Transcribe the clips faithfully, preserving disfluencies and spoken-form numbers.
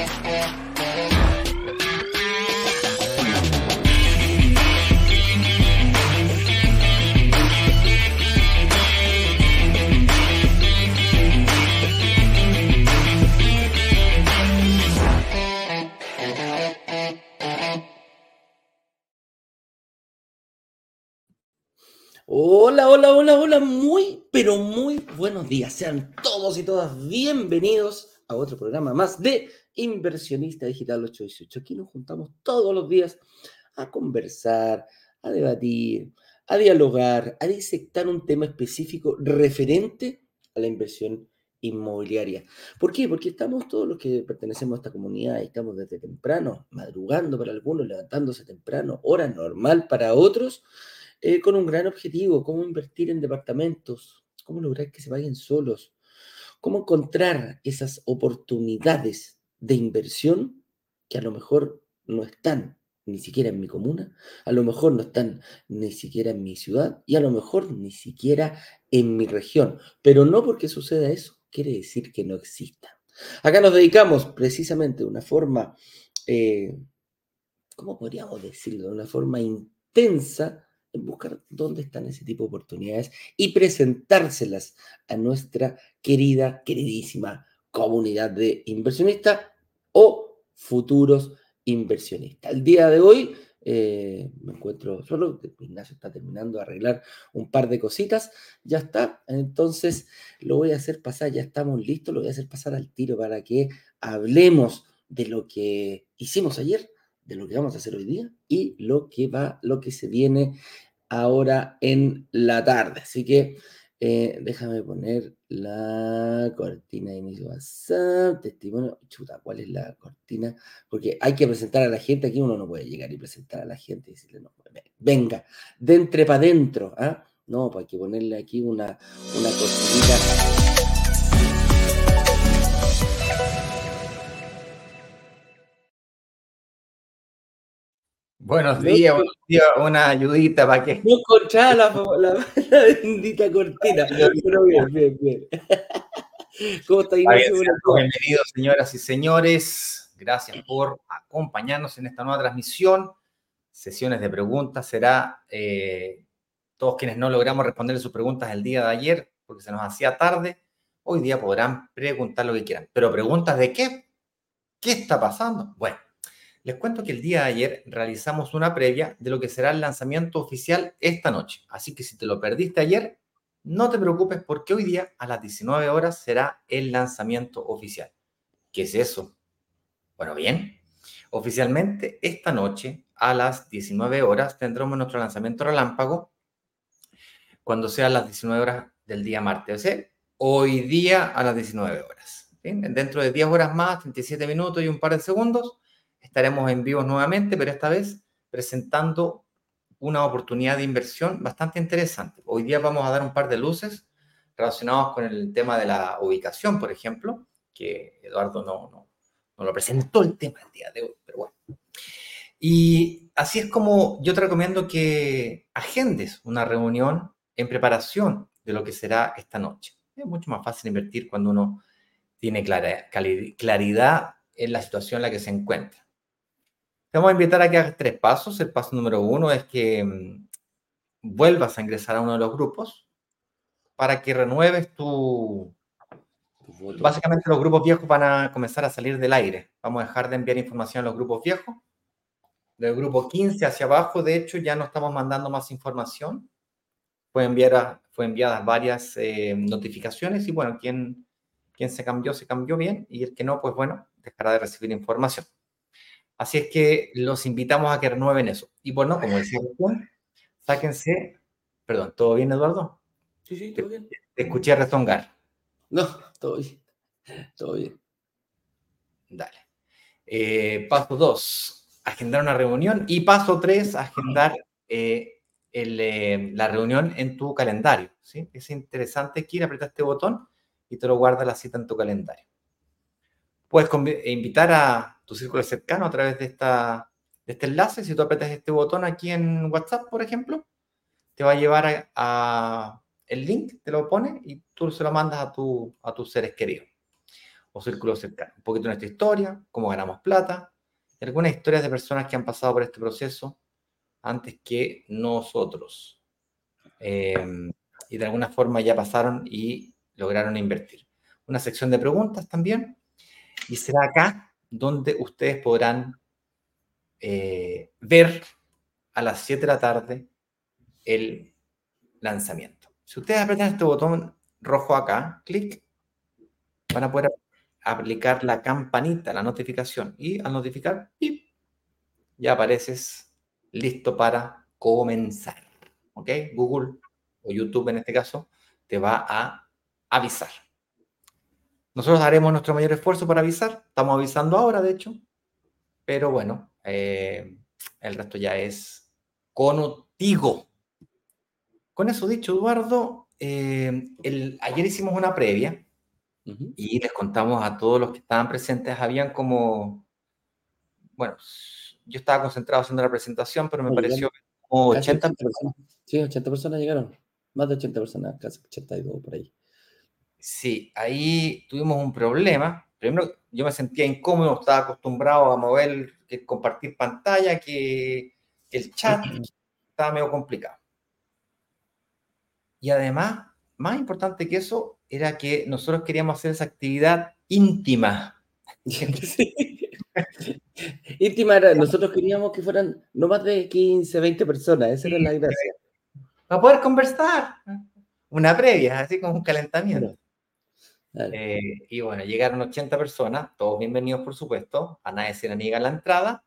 Hola, hola, hola, hola, muy, pero muy buenos días. Sean todos y todas bienvenidos a otro programa más de Inversionista Digital ochocientos dieciocho. Aquí nos juntamos todos los días a conversar, a debatir, a dialogar, a disectar un tema específico referente a la inversión inmobiliaria. ¿Por qué? Porque estamos todos los que pertenecemos a esta comunidad y estamos desde temprano, madrugando para algunos, levantándose temprano, hora normal para otros, eh, con un gran objetivo: cómo invertir en departamentos, cómo lograr que se paguen solos, cómo encontrar esas oportunidades de inversión que a lo mejor no están ni siquiera en mi comuna, a lo mejor no están ni siquiera en mi ciudad y a lo mejor ni siquiera en mi región. Pero no porque suceda eso, quiere decir que no exista. Acá nos dedicamos precisamente de una forma, eh, ¿cómo podríamos decirlo? De una forma intensa en buscar dónde están ese tipo de oportunidades y presentárselas a nuestra querida, queridísima comunidad de inversionistas o futuros inversionistas. El día de hoy eh, me encuentro solo, Ignacio está terminando de arreglar un par de cositas, ya está, entonces lo voy a hacer pasar, ya estamos listos, lo voy a hacer pasar al tiro para que hablemos de lo que hicimos ayer, de lo que vamos a hacer hoy día y lo que va, lo que se viene ahora en la tarde. Así que eh, déjame poner la cortina de inicio WhatsApp, testimonio. Chuta, ¿cuál es la cortina? Porque hay que presentar a la gente. Aquí uno no puede llegar y presentar a la gente y decirle, no, venga, de entre para adentro. ¿Ah? No, pues hay que ponerle aquí una, una cortinita. Buenos No, días, buenos días, una ayudita para que... no encontraba la, la, la bendita cortina, pero bien, bien, bien. ¿Cómo está Ignacio? Buenos días. Bienvenidos, señoras y señores. Gracias por acompañarnos en esta nueva transmisión. Sesiones de preguntas. Será eh, todos quienes no logramos responderle sus preguntas el día de ayer, porque se nos hacía tarde, hoy día podrán preguntar lo que quieran. ¿Pero preguntas de qué? ¿Qué está pasando? Bueno, les cuento que el día de ayer realizamos una previa de lo que será el lanzamiento oficial esta noche. Así que si te lo perdiste ayer, no te preocupes porque hoy día a las diecinueve horas será el lanzamiento oficial. ¿Qué es eso? Bueno, bien. Oficialmente esta noche a las diecinueve horas tendremos nuestro lanzamiento relámpago cuando sean las diecinueve horas del día martes. O sea, hoy día a las diecinueve horas. ¿Bien? Dentro de diez horas más, treinta y siete minutos y un par de segundos, estaremos en vivo nuevamente, pero esta vez presentando una oportunidad de inversión bastante interesante. Hoy día vamos a dar un par de luces relacionados con el tema de la ubicación, por ejemplo, que Eduardo no, no, no lo presentó el tema el día de hoy, pero bueno. Y así es como yo te recomiendo que agendes una reunión en preparación de lo que será esta noche. Es mucho más fácil invertir cuando uno tiene clara, claridad en la situación en la que se encuentra. Te vamos a invitar a que hagas tres pasos. El paso número uno es que mmm, vuelvas a ingresar a uno de los grupos para que renueves tu... Básicamente los grupos viejos van a comenzar a salir del aire. Vamos a dejar de enviar información a los grupos viejos. Del grupo quince hacia abajo, de hecho, ya no estamos mandando más información. Fue, enviar, fue enviadas varias eh, notificaciones y bueno, quien, quien se cambió, se cambió bien y el que no, pues bueno, dejará de recibir información. Así es que los invitamos a que renueven eso. Y bueno, como decía Juan, sáquense, perdón, ¿todo bien, Eduardo? Sí, sí, todo Te, bien. te escuché rezongar. No, todo bien, todo bien. Dale. Eh, paso dos, agendar una reunión. Y paso tres, agendar eh, el, eh, la reunión en tu calendario. ¿Sí? Es interesante que ir a apretar este botón y te lo guarda la cita en tu calendario. Puedes invitar a tu círculo cercano a través de, esta, de este enlace. Si tú apretas este botón aquí en WhatsApp, por ejemplo, te va a llevar a, a el link, te lo pone y tú se lo mandas a, tu, a tus seres queridos. o círculos cercanos. Un poquito de nuestra historia, cómo ganamos plata, y algunas historias de personas que han pasado por este proceso antes que nosotros. Eh, y de alguna forma ya pasaron y lograron invertir. Una sección de preguntas también, y será acá donde ustedes podrán eh, ver a las siete de la tarde el lanzamiento. Si ustedes apretan este botón rojo acá, clic, van a poder aplicar la campanita, la notificación, y al notificar, ¡pip!, ya apareces listo para comenzar. ¿Ok? Google o YouTube en este caso te va a avisar. Nosotros haremos nuestro mayor esfuerzo para avisar. Estamos avisando ahora, de hecho. Pero bueno, eh, el resto ya es contigo. Con eso dicho, Eduardo, eh, el, ayer hicimos una previa uh-huh. y les contamos a todos los que estaban presentes. Habían como, bueno, yo estaba concentrado haciendo la presentación, pero me no, pareció como ochenta, ochenta personas. Sí, ochenta personas llegaron. Más de ochenta personas, casi ochenta y dos por ahí. Sí, ahí tuvimos un problema. Primero, yo me sentía incómodo, estaba acostumbrado a mover, que compartir pantalla, que, que el chat estaba medio complicado. Y además, más importante que eso, era que nosotros queríamos hacer esa actividad íntima. Sí. Íntima era, nosotros queríamos que fueran no más de quince, veinte personas, esa era la gracia. Para poder conversar, una previa, así como un calentamiento. Claro. Eh, y bueno, llegaron ochenta personas, todos bienvenidos por supuesto, a nadie se le niega la entrada.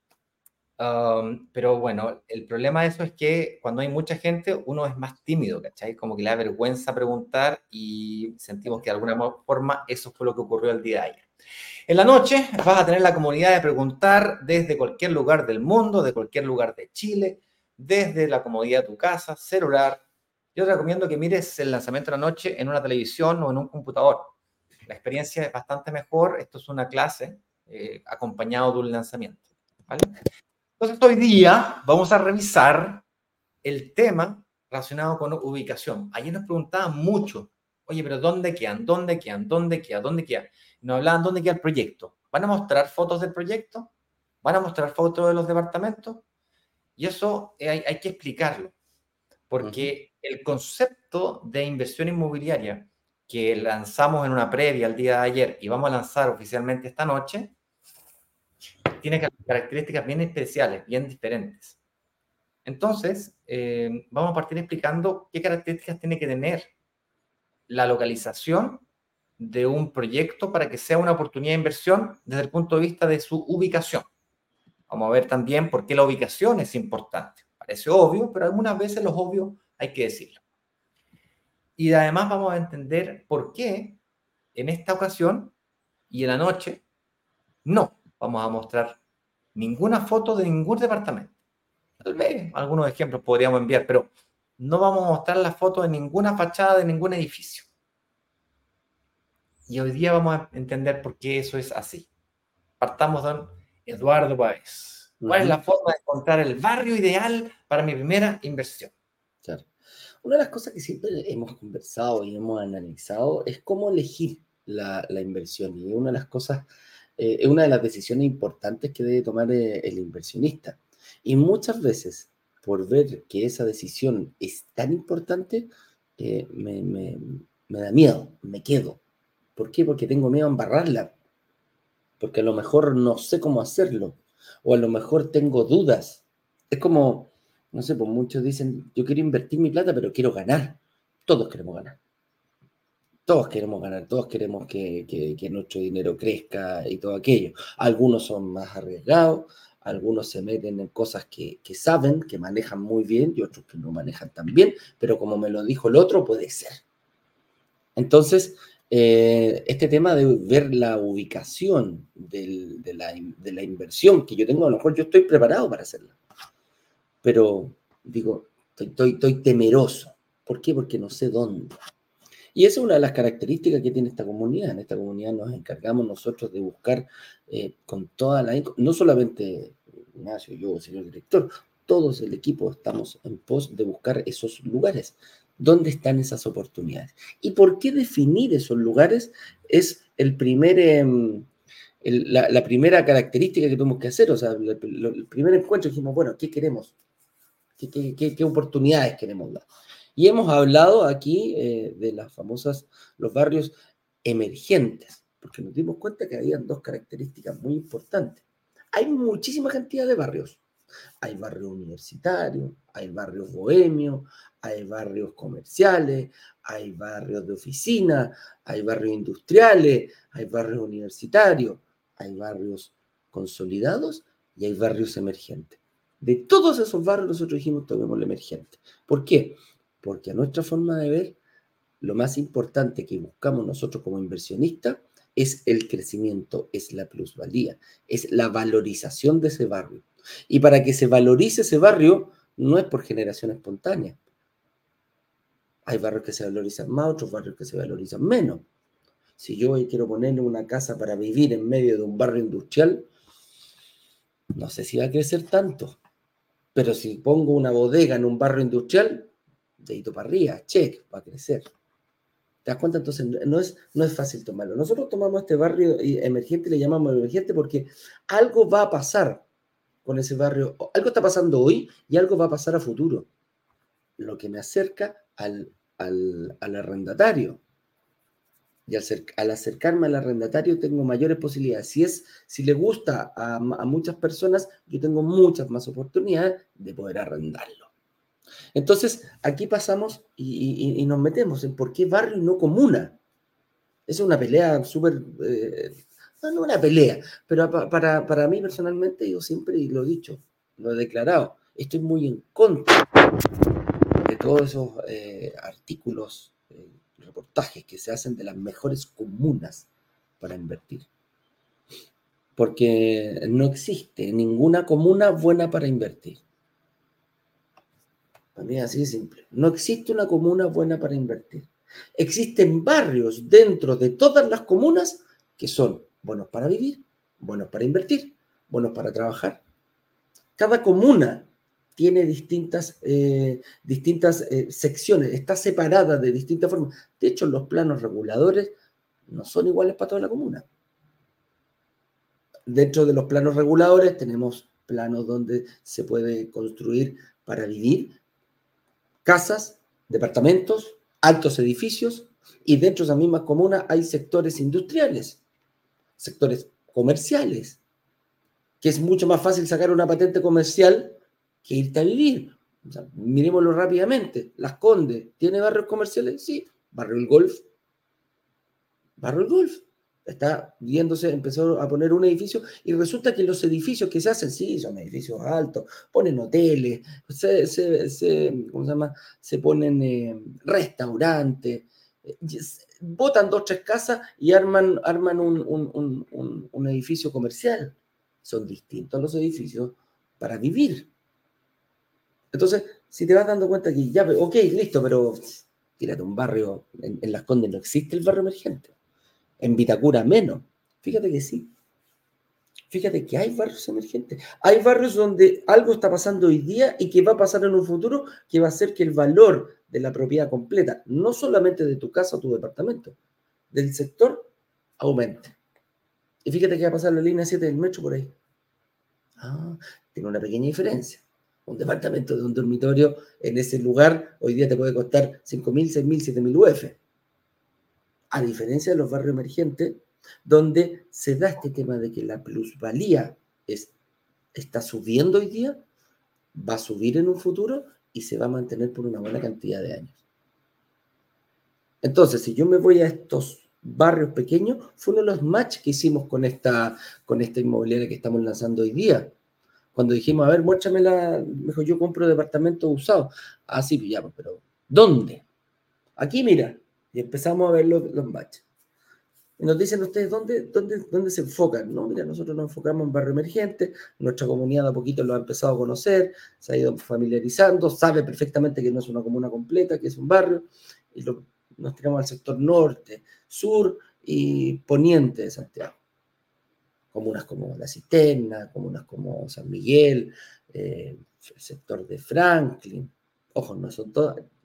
Um, pero bueno, el problema de eso es que cuando hay mucha gente, uno es más tímido, ¿cachai? Como que le da vergüenza preguntar y sentimos que de alguna forma eso fue lo que ocurrió el día de ayer. En la noche vas a tener la comodidad de preguntar desde cualquier lugar del mundo, de cualquier lugar de Chile, desde la comodidad de tu casa, celular. Yo te recomiendo que mires el lanzamiento de la noche en una televisión o en un computador. La experiencia es bastante mejor. Esto es una clase eh, acompañado de un lanzamiento, ¿vale? Entonces, hoy día vamos a revisar el tema relacionado con ubicación. Ayer nos preguntaban mucho, oye, pero ¿dónde quedan? ¿Dónde quedan? ¿Dónde queda? ¿Dónde queda? Nos hablaban dónde queda el proyecto. ¿Van a mostrar fotos del proyecto? ¿Van a mostrar fotos de los departamentos? Y eso hay, hay que explicarlo, porque uh-huh. el concepto de inversión inmobiliaria que lanzamos en una previa el día de ayer y vamos a lanzar oficialmente esta noche, tiene características bien especiales, bien diferentes. Entonces, eh, vamos a partir explicando qué características tiene que tener la localización de un proyecto para que sea una oportunidad de inversión desde el punto de vista de su ubicación. Vamos a ver también por qué la ubicación es importante. Parece obvio, pero algunas veces los obvios hay que decirlo. Y además vamos a entender por qué en esta ocasión y en la noche no vamos a mostrar ninguna foto de ningún departamento. Tal vez algunos ejemplos podríamos enviar, pero no vamos a mostrar la foto de ninguna fachada de ningún edificio. Y hoy día vamos a entender por qué eso es así. Partamos con Eduardo Páez. ¿Cuál uh-huh. es la forma de encontrar el barrio ideal para mi primera inversión? Claro. Una de las cosas que siempre hemos conversado y hemos analizado es cómo elegir la, la inversión. Y una de las cosas, eh, es una de las decisiones importantes que debe tomar eh, el inversionista. Y muchas veces, por ver que esa decisión es tan importante, eh, me, me, me da miedo, me quedo. ¿Por qué? Porque tengo miedo a embarrarla. Porque a lo mejor no sé cómo hacerlo. O a lo mejor tengo dudas. Es como, no sé, pues muchos dicen, yo quiero invertir mi plata, pero quiero ganar. Todos queremos ganar. Todos queremos ganar, todos queremos que, que, que nuestro dinero crezca y todo aquello. Algunos son más arriesgados, algunos se meten en cosas que, que saben, que manejan muy bien y otros que no manejan tan bien, pero como me lo dijo el otro, puede ser. Entonces, eh, este tema de ver la ubicación del, de, la, de la inversión que yo tengo, a lo mejor yo estoy preparado para hacerla, pero digo, estoy, estoy, estoy temeroso. ¿Por qué? Porque no sé dónde. Y esa es una de las características que tiene esta comunidad. En esta comunidad nos encargamos nosotros de buscar eh, con toda la... No solamente Ignacio, yo, señor director, todos el equipo estamos en pos de buscar esos lugares ¿Dónde están esas oportunidades? ¿Y por qué definir esos lugares? Es el primer, eh, el, la, la, primera característica que tenemos que hacer. O sea, el, el, el primer encuentro dijimos, bueno, ¿qué queremos? ¿Qué, qué, qué, qué oportunidades queremos dar? Y hemos hablado aquí eh, de las famosas, los barrios emergentes, porque nos dimos cuenta que había dos características muy importantes. Hay muchísima cantidad de barrios. Hay barrios universitarios, hay barrios bohemios, hay barrios comerciales, hay barrios de oficina, hay barrios industriales, hay barrios universitarios, hay barrios consolidados y hay barrios emergentes. De todos esos barrios nosotros dijimos tomemos el emergente. ¿Por qué? Porque a nuestra forma de ver, lo más importante que buscamos nosotros como inversionistas es el crecimiento, es la plusvalía, es la valorización de ese barrio. Y para que se valorice ese barrio, no es por generación espontánea. Hay barrios que se valorizan más, otros barrios que se valorizan menos. Si yo hoy quiero ponerle una casa para vivir en medio de un barrio industrial, no sé si va a crecer tanto. Pero si pongo una bodega en un barrio industrial, dedito para arriba, check, va a crecer. ¿Te das cuenta? Entonces, no es, no es fácil tomarlo. Nosotros tomamos este barrio emergente, le llamamos emergente porque algo va a pasar con ese barrio. Algo está pasando hoy y algo va a pasar a futuro. Lo que me acerca al, al, al arrendatario. Y al, al acercarme al arrendatario tengo mayores posibilidades. Si, es, si le gusta a, a muchas personas, yo tengo muchas más oportunidades de poder arrendarlo. Entonces, aquí pasamos y, y, y nos metemos en por qué barrio y no comuna. Es una pelea súper... Eh, no, no una pelea, pero para, para mí personalmente yo siempre lo he dicho, lo he declarado, estoy muy en contra de todos esos eh, artículos, eh, reportajes que se hacen de las mejores comunas para invertir. Porque no existe ninguna comuna buena para invertir. Para mí es así de simple. No existe una comuna buena para invertir. Existen barrios dentro de todas las comunas que son buenos para vivir, buenos para invertir, buenos para trabajar. Cada comuna tiene distintas, eh, distintas eh, secciones, está separada de distintas formas. De hecho, los planos reguladores no son iguales para toda la comuna. Dentro de los planos reguladores tenemos planos donde se puede construir para vivir, casas, departamentos, altos edificios, y dentro de esas mismas comunas hay sectores industriales, sectores comerciales, que es mucho más fácil sacar una patente comercial que irte a vivir. O sea, miremoslo rápidamente. Las Condes, ¿tiene barrios comerciales? Sí. Barrio El Golf. Barrio El Golf. Está viéndose, empezó a poner un edificio y resulta que los edificios que se hacen, sí, son edificios altos, ponen hoteles, se, se, se, ¿cómo se llama? Se ponen eh, restaurantes, eh, botan dos, tres casas y arman, arman un, un, un, un, un edificio comercial. Son distintos a los edificios para vivir. Entonces, si te vas dando cuenta que ya, ok, listo, pero tírate un barrio, en, en Las Condes no existe el barrio emergente. En Vitacura menos. Fíjate que sí. Fíjate que hay barrios emergentes. Hay barrios donde algo está pasando hoy día y que va a pasar en un futuro que va a hacer que el valor de la propiedad completa, no solamente de tu casa o tu departamento, del sector, aumente. Y fíjate que va a pasar la línea siete del metro por ahí. Ah, tiene una pequeña diferencia. Un departamento de un dormitorio en ese lugar hoy día te puede costar cinco mil, seis mil, siete mil U F. A diferencia de los barrios emergentes, donde se da este tema de que la plusvalía es, está subiendo hoy día, va a subir en un futuro y se va a mantener por una buena cantidad de años. Entonces, si yo me voy a estos barrios pequeños, fue uno de los match que hicimos con esta, con esta inmobiliaria que estamos lanzando hoy día. Cuando dijimos, a ver, muéstrame la, mejor yo compro departamentos usados. Ah, sí, ya, pero ¿dónde? Aquí, mira. Y empezamos a ver los, los matches. Y nos dicen ustedes, ¿dónde, dónde, ¿dónde se enfocan? No, mira, nosotros nos enfocamos en barrio emergente, nuestra comunidad a poquito lo ha empezado a conocer, se ha ido familiarizando, sabe perfectamente que no es una comuna completa, que es un barrio, y lo, nos tiramos al sector norte, sur y poniente de Santiago. Comunas como La Cisterna, comunas como San Miguel, eh, el sector de Franklin. Ojo, no son todas,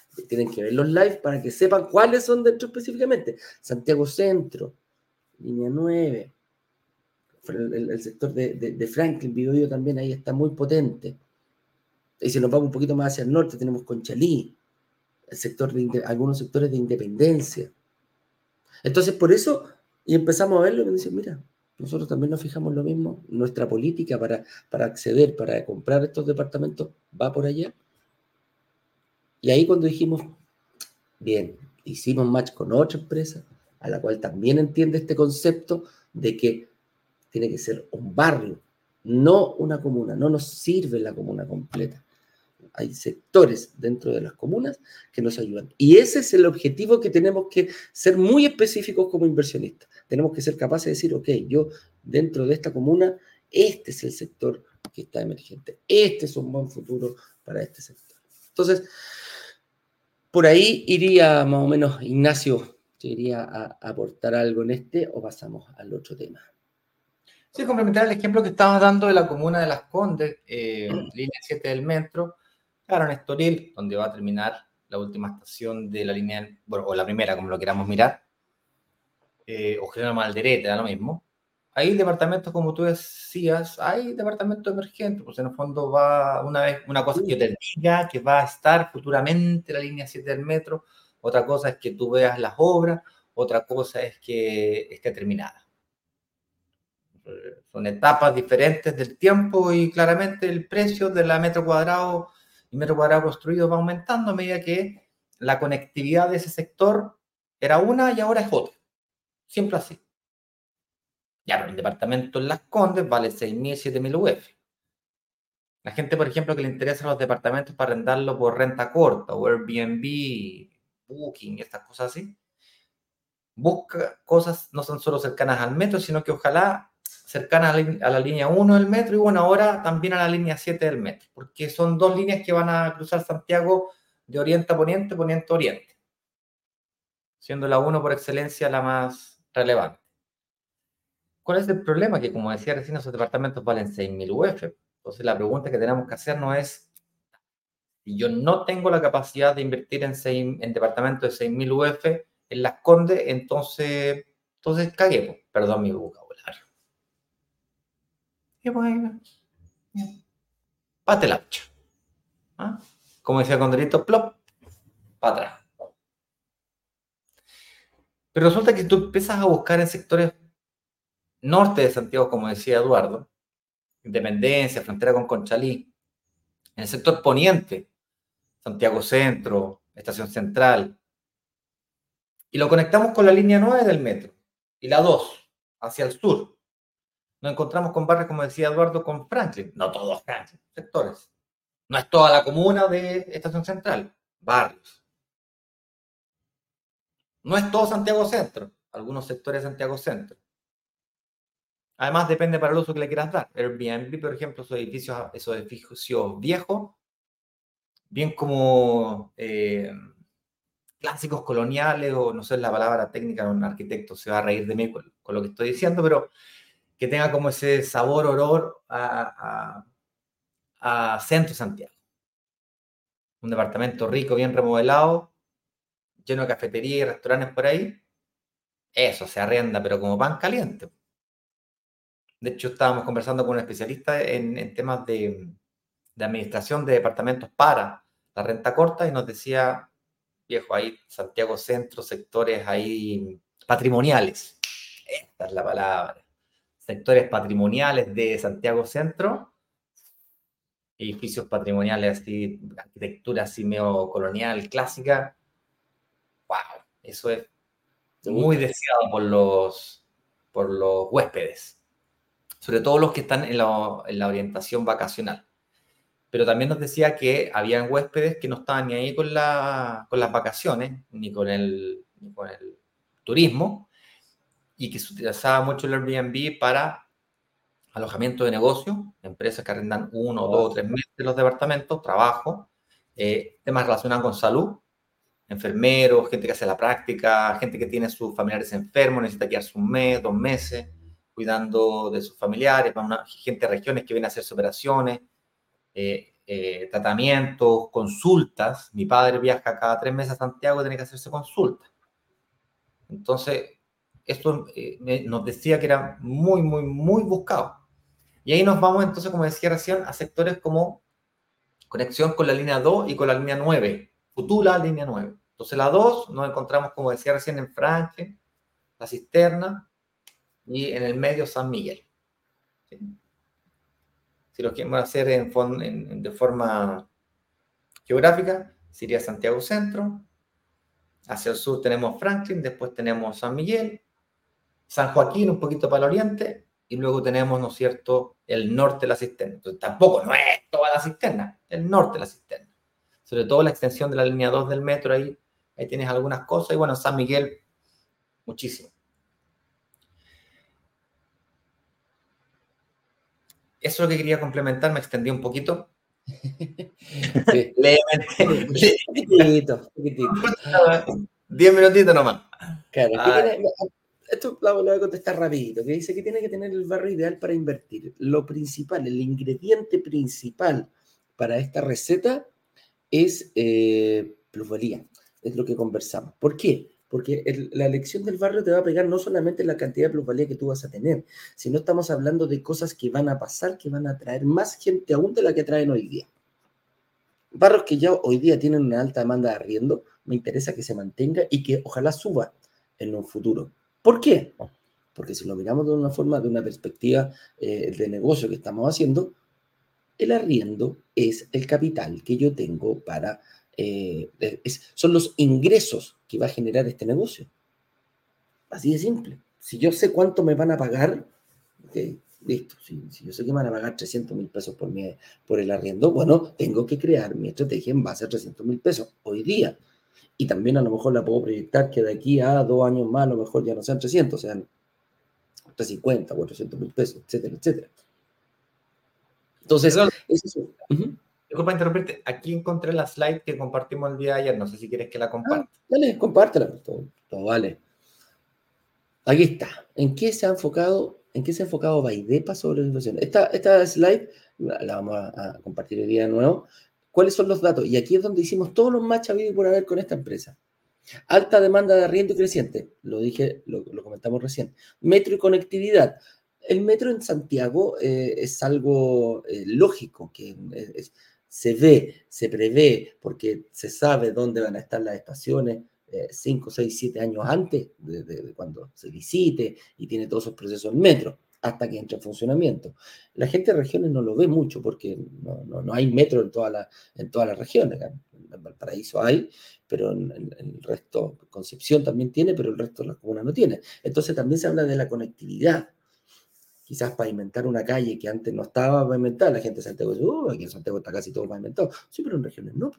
Tienen que ver los live para que sepan cuáles son dentro específicamente. Santiago Centro, línea nueve, el, el, el sector de, de, de Franklin, Biobío también ahí está muy potente. Y si nos vamos un poquito más hacia el norte, tenemos Conchalí, el sector de, algunos sectores de Independencia. Entonces, por eso, y empezamos a verlo y me dicen, mira, nosotros también nos fijamos lo mismo, nuestra política para, para acceder, para comprar estos departamentos va por allá. Y ahí cuando dijimos, bien, hicimos match con otra empresa, a la cual también entiende este concepto de que tiene que ser un barrio, no una comuna, no nos sirve la comuna completa. Hay sectores dentro de las comunas que nos ayudan. Y ese es el objetivo que tenemos que ser muy específicos como inversionistas. Tenemos que ser capaces de decir, ok, yo dentro de esta comuna, este es el sector que está emergente. Este es un buen futuro para este sector. Entonces, por ahí iría más o menos, Ignacio, ¿iría a aportar algo en este o pasamos al otro tema? Sí, complementar el ejemplo que estabas dando de la comuna de Las Condes, eh, línea siete del metro, claro, en Estoril, donde va a terminar la última estación de la línea, bueno, o la primera, como lo queramos mirar, eh, o General Malderete, da lo mismo. Hay departamentos, como tú decías, hay departamentos emergentes, pues en el fondo va una vez, una cosa que yo te diga que va a estar futuramente la línea siete del metro, otra cosa es que tú veas las obras, otra cosa es que esté terminada. Son etapas diferentes del tiempo y claramente el precio de la metro cuadrado y metro cuadrado construido va aumentando a medida que la conectividad de ese sector era una y ahora es otra. Siempre así. Ya, pero el departamento en Las Condes vale seis mil, siete mil U F. La gente, por ejemplo, que le interesan los departamentos para arrendarlo por renta corta o Airbnb, Booking, estas cosas así, busca cosas no son solo cercanas al metro, sino que ojalá cercanas a la, a la línea uno del metro y bueno, ahora también a la línea siete del metro, porque son dos líneas que van a cruzar Santiago de oriente a poniente, poniente a oriente, siendo la uno por excelencia la más relevante. ¿Cuál es el problema? Que como decía recién, esos departamentos valen seis mil U F. Entonces la pregunta que tenemos que hacernos es, si yo no tengo la capacidad de invertir en, seis, en departamentos de seis mil U F en Las Condes, entonces, entonces cagué, pues, perdón mi vocabulario. Y bueno, pate la hacha. ¿Ah? Como decía Condorito, plop, para atrás. Pero resulta que tú empiezas a buscar en sectores norte de Santiago, como decía Eduardo, Independencia, frontera con Conchalí, en el sector poniente, Santiago Centro, Estación Central, y lo conectamos con la línea nueve del metro, y la dos, hacia el sur. Nos encontramos con barrios, como decía Eduardo, con Franklin, no todos Franklin, sectores. No es toda la comuna de Estación Central, barrios. No es todo Santiago Centro, algunos sectores de Santiago Centro. Además, depende para el uso que le quieras dar. Airbnb, por ejemplo, esos edificios, esos edificios viejos, bien como eh, clásicos coloniales, o no sé la palabra técnica, un arquitecto se va a reír de mí con, con lo que estoy diciendo, pero que tenga como ese sabor, olor a, a, a centro de Santiago. Un departamento rico, bien remodelado, lleno de cafeterías y restaurantes por ahí. Eso se arrienda, pero como pan caliente. De hecho, estábamos conversando con un especialista en, en temas de, de administración de departamentos para la renta corta y nos decía, viejo, hay Santiago Centro, sectores ahí patrimoniales. Esta es la palabra. Sectores patrimoniales de Santiago Centro, edificios patrimoniales así, arquitectura así medio colonial, clásica. ¡Wow! Eso es muy deseado por los, por los huéspedes, sobre todo los que están en la, en la orientación vacacional. Pero también nos decía que habían huéspedes que no estaban ni ahí con, la, con las vacaciones, ni con, el, ni con el turismo, y que se utilizaba mucho el Airbnb para alojamiento de negocio, empresas que arrendan uno, oh. dos o tres meses de los departamentos, trabajo, eh, temas relacionados con salud, enfermeros, gente que hace la práctica, gente que tiene sus familiares enfermos, necesita quedarse un mes, dos meses, cuidando de sus familiares, para una, gente de regiones que viene a hacerse operaciones, eh, eh, tratamientos, consultas. Mi padre viaja cada tres meses a Santiago y tiene que hacerse consultas. Entonces, esto eh, me, nos decía que era muy, muy, muy buscado. Y ahí nos vamos entonces, como decía recién, a sectores como conexión con la línea dos y con la línea nueve, futura línea nueve. Entonces la dos nos encontramos, como decía recién, en Franklin, La Cisterna, y en el medio San Miguel. ¿Sí? Si lo queremos hacer en, en, de forma geográfica, sería Santiago Centro. Hacia el sur tenemos Franklin, después tenemos San Miguel, San Joaquín, un poquito para el oriente, y luego tenemos, ¿no es cierto?, el norte de La Cisterna. Entonces tampoco no es toda La Cisterna, el norte de La Cisterna. Sobre todo la extensión de la línea dos del metro, ahí, ahí tienes algunas cosas, y bueno, San Miguel, muchísimo. Eso es lo que quería complementar, me extendí un poquito. Sí. Levemente. Poquitito, poquitito. Diez minutitos nomás. Claro, ¿qué tiene? Esto lo voy a contestar rapidito, que dice que tiene que tener el barrio ideal para invertir. Lo principal, el ingrediente principal para esta receta es eh, plusvalía, es lo que conversamos. ¿Por qué? Porque el, la elección del barrio te va a pegar no solamente la cantidad de plusvalía que tú vas a tener, sino estamos hablando de cosas que van a pasar, que van a atraer más gente aún de la que traen hoy día. Barrios que ya hoy día tienen una alta demanda de arriendo, me interesa que se mantenga y que ojalá suba en un futuro. ¿Por qué? Porque si lo miramos de una forma, de una perspectiva eh, de negocio que estamos haciendo, el arriendo es el capital que yo tengo para, eh, es, son los ingresos que va a generar este negocio. Así de simple. Si yo sé cuánto me van a pagar, okay, listo. Si, si yo sé que me van a pagar trescientos mil pesos por, mi, por el arriendo, bueno, tengo que crear mi estrategia en base a trescientos mil pesos hoy día. Y también a lo mejor la puedo proyectar que de aquí a dos años más, a lo mejor ya no sean trescientos, sean trescientos cincuenta, cuatrocientos mil pesos, etcétera, etcétera. Entonces, Eduardo, es eso. Uh-huh. Disculpa interrumpirte, aquí encontré la slide que compartimos el día de ayer, no sé si quieres que la comparta. Ah, dale, compártela, todo, todo vale. Aquí está. ¿En qué se ha enfocado, en qué se ha enfocado Baidepa sobre la inversión? Esta, esta slide la, la vamos a, a compartir el día de nuevo. ¿Cuáles son los datos? Y aquí es donde hicimos todos los match habidos por haber con esta empresa. Alta demanda de arriendo creciente, lo dije, lo, lo comentamos recién. Metro y conectividad. El metro en Santiago eh, es algo eh, lógico, que es, es, se ve, se prevé, porque se sabe dónde van a estar las estaciones cinco, seis, siete años antes de, de, de cuando se licite y tiene todos esos procesos el metro, hasta que entre en funcionamiento. La gente de regiones no lo ve mucho porque no, no, no hay metro en, toda la, en todas las regiones. En Valparaíso hay, pero en, en, en el resto, Concepción también tiene, pero el resto de las comunas no tiene. Entonces también se habla de la conectividad. Quizás pavimentar una calle que antes no estaba pavimentada, la gente de Santiago dice, oh, aquí en Santiago está casi todo pavimentado. Sí, pero en regiones no.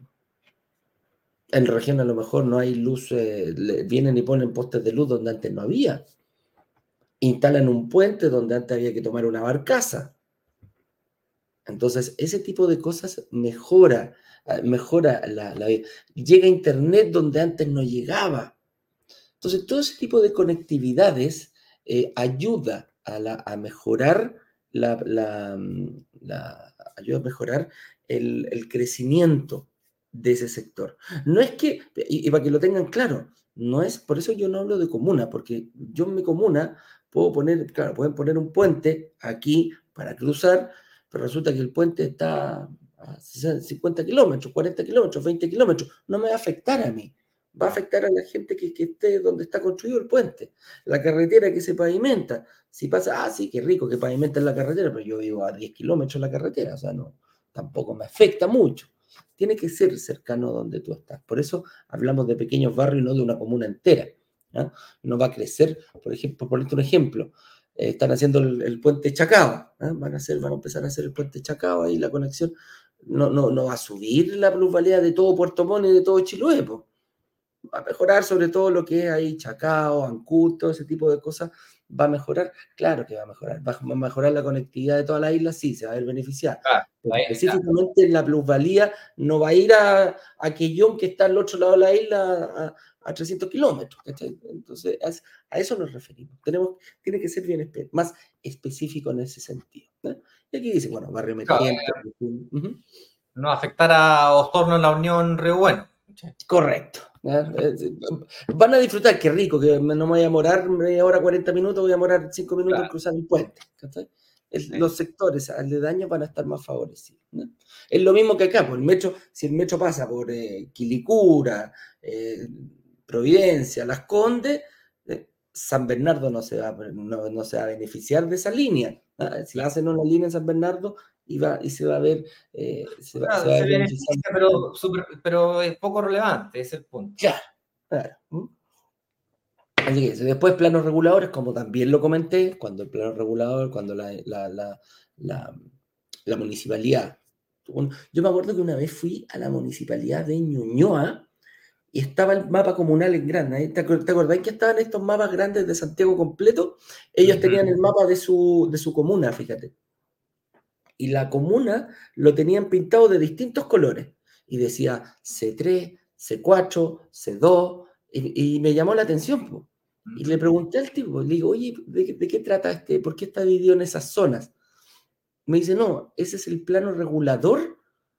En región a lo mejor no hay luz, eh, vienen y ponen postes de luz donde antes no había. Instalan un puente donde antes había que tomar una barcaza. Entonces, ese tipo de cosas mejora, mejora la, la vida. Llega internet donde antes no llegaba. Entonces, todo ese tipo de conectividades eh, ayuda a, la, a mejorar la, la, la, ayuda a mejorar el, el crecimiento de ese sector. No es que, y, y para que lo tengan claro, no es, por eso yo no hablo de comuna, porque yo en mi comuna puedo poner, claro, pueden poner un puente aquí para cruzar, pero resulta que el puente está a cincuenta kilómetros, cuarenta kilómetros, veinte kilómetros, no me va a afectar a mí, va a afectar a la gente que, que esté donde está construido el puente, la carretera que se pavimenta. Si pasa, ah, sí, qué rico que pavimentan la carretera, pero yo vivo a diez kilómetros la carretera, o sea, no, tampoco me afecta mucho. Tiene que ser cercano donde tú estás. Por eso hablamos de pequeños barrios y no de una comuna entera. ¿no? No va a crecer, por ejemplo, por ponerte un ejemplo, eh, están haciendo el, el puente Chacao, ¿eh? van, a hacer, van a empezar a hacer el puente Chacao, ahí la conexión no, no, no va a subir la plusvalía de todo Puerto Montt y de todo Chiloé, po. Va a mejorar sobre todo lo que es ahí Chacao, Ancud, todo ese tipo de cosas, va a mejorar, claro que va a mejorar, va a mejorar la conectividad de toda la isla, sí, se va a ver beneficiada, Ah, pero ahí, específicamente claro. La plusvalía no va a ir a, a Quellón, que está al otro lado de la isla, a, a trescientos kilómetros, ¿cachai? Entonces a, a eso nos referimos, tenemos, tiene que ser bien más específico en ese sentido, ¿no? Y aquí dice, bueno, barrio emergente, claro. uh-huh. no afectar a Osorno en la Unión Río Bueno. Correcto. ¿Ya? Van a disfrutar, qué rico, que no me voy a demorar media hora, cuarenta minutos, voy a demorar cinco minutos en Claro. cruzar el puente. El, Sí. los sectores aledaños van a estar más favorecidos. ¿No? Es lo mismo que acá, pues el metro, si el metro pasa por eh, Quilicura, eh, Providencia, Las Condes, eh, San Bernardo no se, va, no, no se va a beneficiar de esa línea. ¿Ah? Si Claro. hacen una línea en San Bernardo, y, va, y se va a ver, eh, se, va, Claro, se va a se ver beneficiado. beneficia, pero, super, pero es poco relevante, ese es el punto. Claro, claro. ¿Mm? Así que después planos reguladores, como también lo comenté, cuando el plano regulador, cuando la, la, la, la, la municipalidad. Yo me acuerdo que una vez fui a la municipalidad de Ñuñoa y estaba el mapa comunal en grande. ¿Te acordáis que estaban estos mapas grandes de Santiago completo? Ellos tenían el mapa de su, de su comuna, fíjate. Y la comuna lo tenían pintado de distintos colores. Y decía C tres, C cuatro, C dos, y, y me llamó la atención, po. Y le pregunté al tipo, le digo, oye, ¿de, de qué trata este? ¿Por qué está dividido en esas zonas? Me dice, no, ese es el plano regulador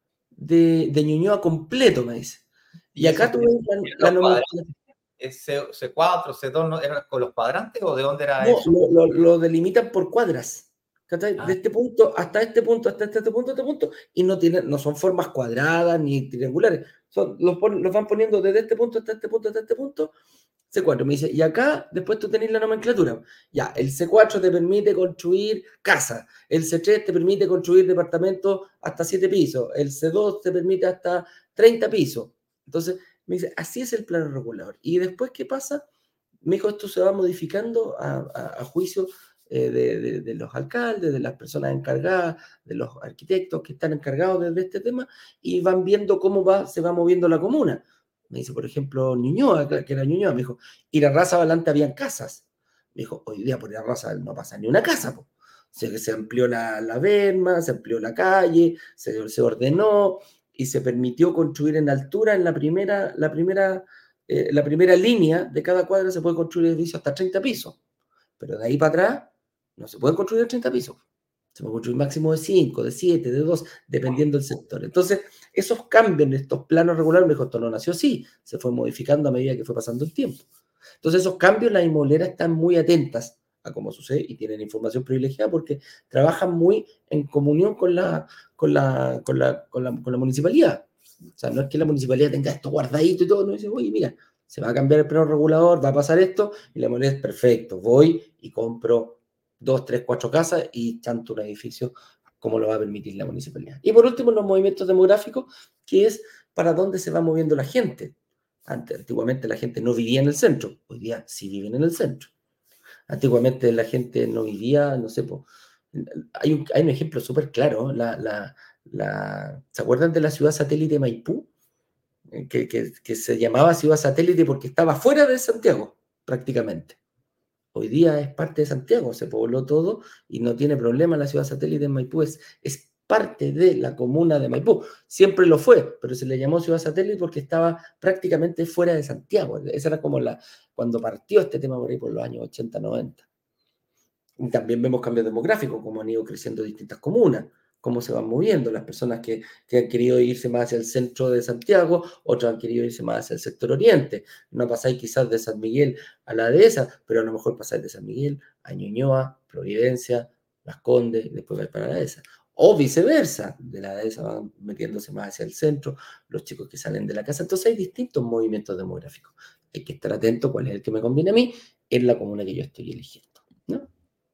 de, de Ñuñoa completo, me dice. Y, ¿Y acá eso tú ves la, la nomenclatura. ¿Es C cuatro, C dos, no, eran con los cuadrantes o de dónde era No, eso? lo, lo, lo delimitan por cuadras. ¿Cachai? De Ah, este punto hasta este punto, hasta este, este punto, este punto, y no, tienen, no son formas cuadradas ni triangulares. Son, los, pon, los van poniendo desde este punto hasta este punto, hasta este punto, C cuatro. Me dice, y acá después tú tenés la nomenclatura. Ya, el C cuatro te permite construir casa, el C tres te permite construir departamentos hasta siete pisos, el C dos te permite hasta treinta pisos. Entonces, me dice, así es el plano regulador. Y después, ¿qué pasa? Me dijo, esto se va modificando a, a, a juicio eh, de, de, de, los alcaldes, de las personas encargadas, de los arquitectos que están encargados de, de este tema, y van viendo cómo va, se va moviendo la comuna. Me dice, por ejemplo, Ñuñoa, que era Ñuñoa, me dijo, Irarrázaval adelante habían casas. Me dijo, hoy día por Irarrázaval no pasa ni una casa, po. Se, se amplió la, la berma, se amplió la calle, se, se ordenó y se permitió construir en altura en la primera, la primera eh, la primera línea de cada cuadra se puede construir edificios hasta treinta pisos, pero de ahí para atrás no se pueden construir treinta pisos. Se puede construir máximo de cinco, de siete, de dos, dependiendo del sector. Entonces, esos cambios en estos planos regulares, me dijo, esto no nació así, se fue modificando a medida que fue pasando el tiempo. Entonces, esos cambios, las inmobiliarias están muy atentas a cómo sucede y tienen información privilegiada porque trabajan muy en comunión con la, con la, con la, con la, con la municipalidad. O sea, no es que la municipalidad tenga esto guardadito y todo, no dice, oye, mira, se va a cambiar el plano regulador, va a pasar esto, y la moneda es perfecto, voy y compro dos, tres, cuatro casas y tanto un edificio como lo va a permitir la municipalidad. Y por último, los movimientos demográficos, que es para dónde se va moviendo la gente. Antes, antiguamente la gente no vivía en el centro, hoy día sí viven en el centro. Antiguamente la gente no vivía, no sé, po, hay, un, hay un ejemplo súper claro, la, la, la, ¿se acuerdan de la ciudad satélite Maipú? Que, que, que se llamaba ciudad satélite porque estaba fuera de Santiago, prácticamente. Hoy día es parte de Santiago, se pobló todo y no tiene problema la ciudad satélite en Maipú, es, es parte de la comuna de Maipú. Siempre lo fue, pero se le llamó ciudad satélite porque estaba prácticamente fuera de Santiago. Esa era como la, cuando partió este tema por ahí por los años ochenta, noventa. Y también vemos cambios demográficos, cómo han ido creciendo distintas comunas, cómo se van moviendo las personas que, que han querido irse más hacia el centro de Santiago, otras han querido irse más hacia el sector oriente. No pasáis quizás de San Miguel a la dehesa, pero a lo mejor pasáis de San Miguel a Ñuñoa, Providencia, Las Condes, y después vais para la dehesa. O viceversa, de la dehesa van metiéndose más hacia el centro, los chicos que salen de la casa. Entonces hay distintos movimientos demográficos. Hay que estar atento cuál es el que me conviene a mí en la comuna que yo estoy eligiendo, ¿no?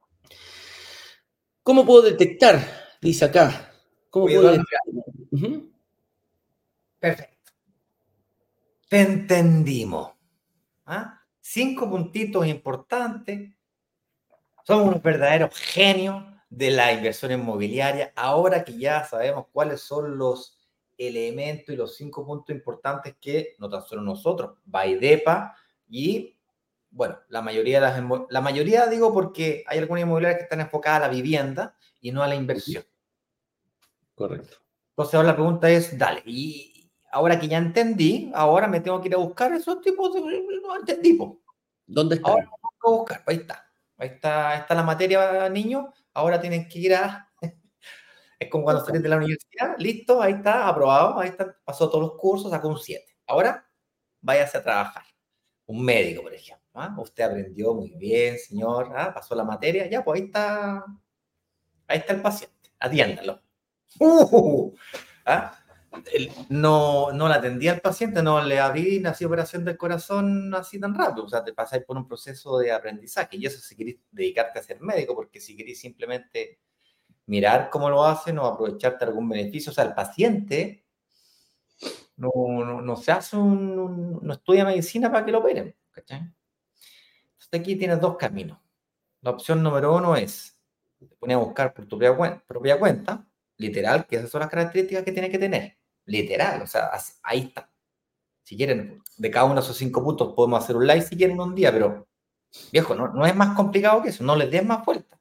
¿Cómo puedo detectar? Dice acá. ¿Cómo Oye, puedo Eduardo, detectar? Uh-huh. perfecto. Te entendimos. ¿Ah? Cinco puntitos importantes. Somos unos verdaderos genios de la inversión inmobiliaria. Ahora que ya sabemos cuáles son los elementos y los cinco puntos importantes que no tan solo nosotros, Baidepa y, bueno, la mayoría de las... La mayoría digo porque hay algunas inmobiliarias que están enfocadas a la vivienda y no a la inversión. Correcto. Entonces ahora la pregunta es, dale, y ahora que ya entendí, ahora me tengo que ir a buscar esos tipos de... No entendí, po. ¿Dónde están? Ahora tengo que buscar, ahí está. Ahí está, ahí está la materia, niños. Ahora tienen que ir a... Es como cuando salís de la universidad, listo, ahí está, aprobado, ahí está, pasó todos los cursos, sacó un siete. Ahora, váyase a trabajar. Un médico, por ejemplo. ¿Ah? Usted aprendió muy bien, señor, ¿ah? Pasó la materia, ya, pues ahí está, ahí está el paciente, atiéndalo. Uh, ¿ah? No, no le atendí al paciente, no le abrí una operación del corazón así tan rápido. O sea, te pasáis por un proceso de aprendizaje. Y eso si querés dedicarte a ser médico, porque si querés simplemente mirar cómo lo hacen o aprovecharte algún beneficio. O sea, el paciente no, no, no se hace un, un, no estudia medicina para que lo operen. ¿Cachai? Entonces aquí tienes dos caminos. La opción número uno es, te pones a buscar por tu propia, propia cuenta, literal, que esas son las características que tiene que tener. Literal, o sea, ahí está. Si quieren, de cada uno de esos cinco puntos podemos hacer un live si quieren un día, pero viejo, no, no es más complicado que eso, no les des más vuelta.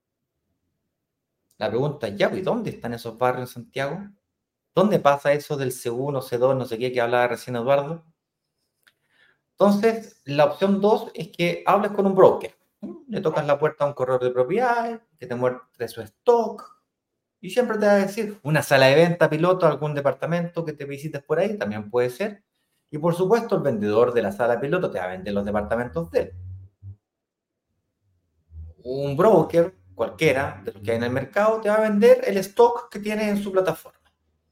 La pregunta es, ya, ¿y dónde están esos barrios en Santiago? ¿Dónde pasa eso del C uno, C dos, no sé qué, que hablaba recién Eduardo? Entonces, la opción dos es que hables con un broker. Le tocas la puerta a un corredor de propiedades, que te muestre su stock, y siempre te va a decir una sala de venta piloto, algún departamento que te visites por ahí, también puede ser. Y por supuesto, el vendedor de la sala piloto te va a vender los departamentos de él. Un broker, cualquiera de los que hay en el mercado, te va a vender el stock que tiene en su plataforma.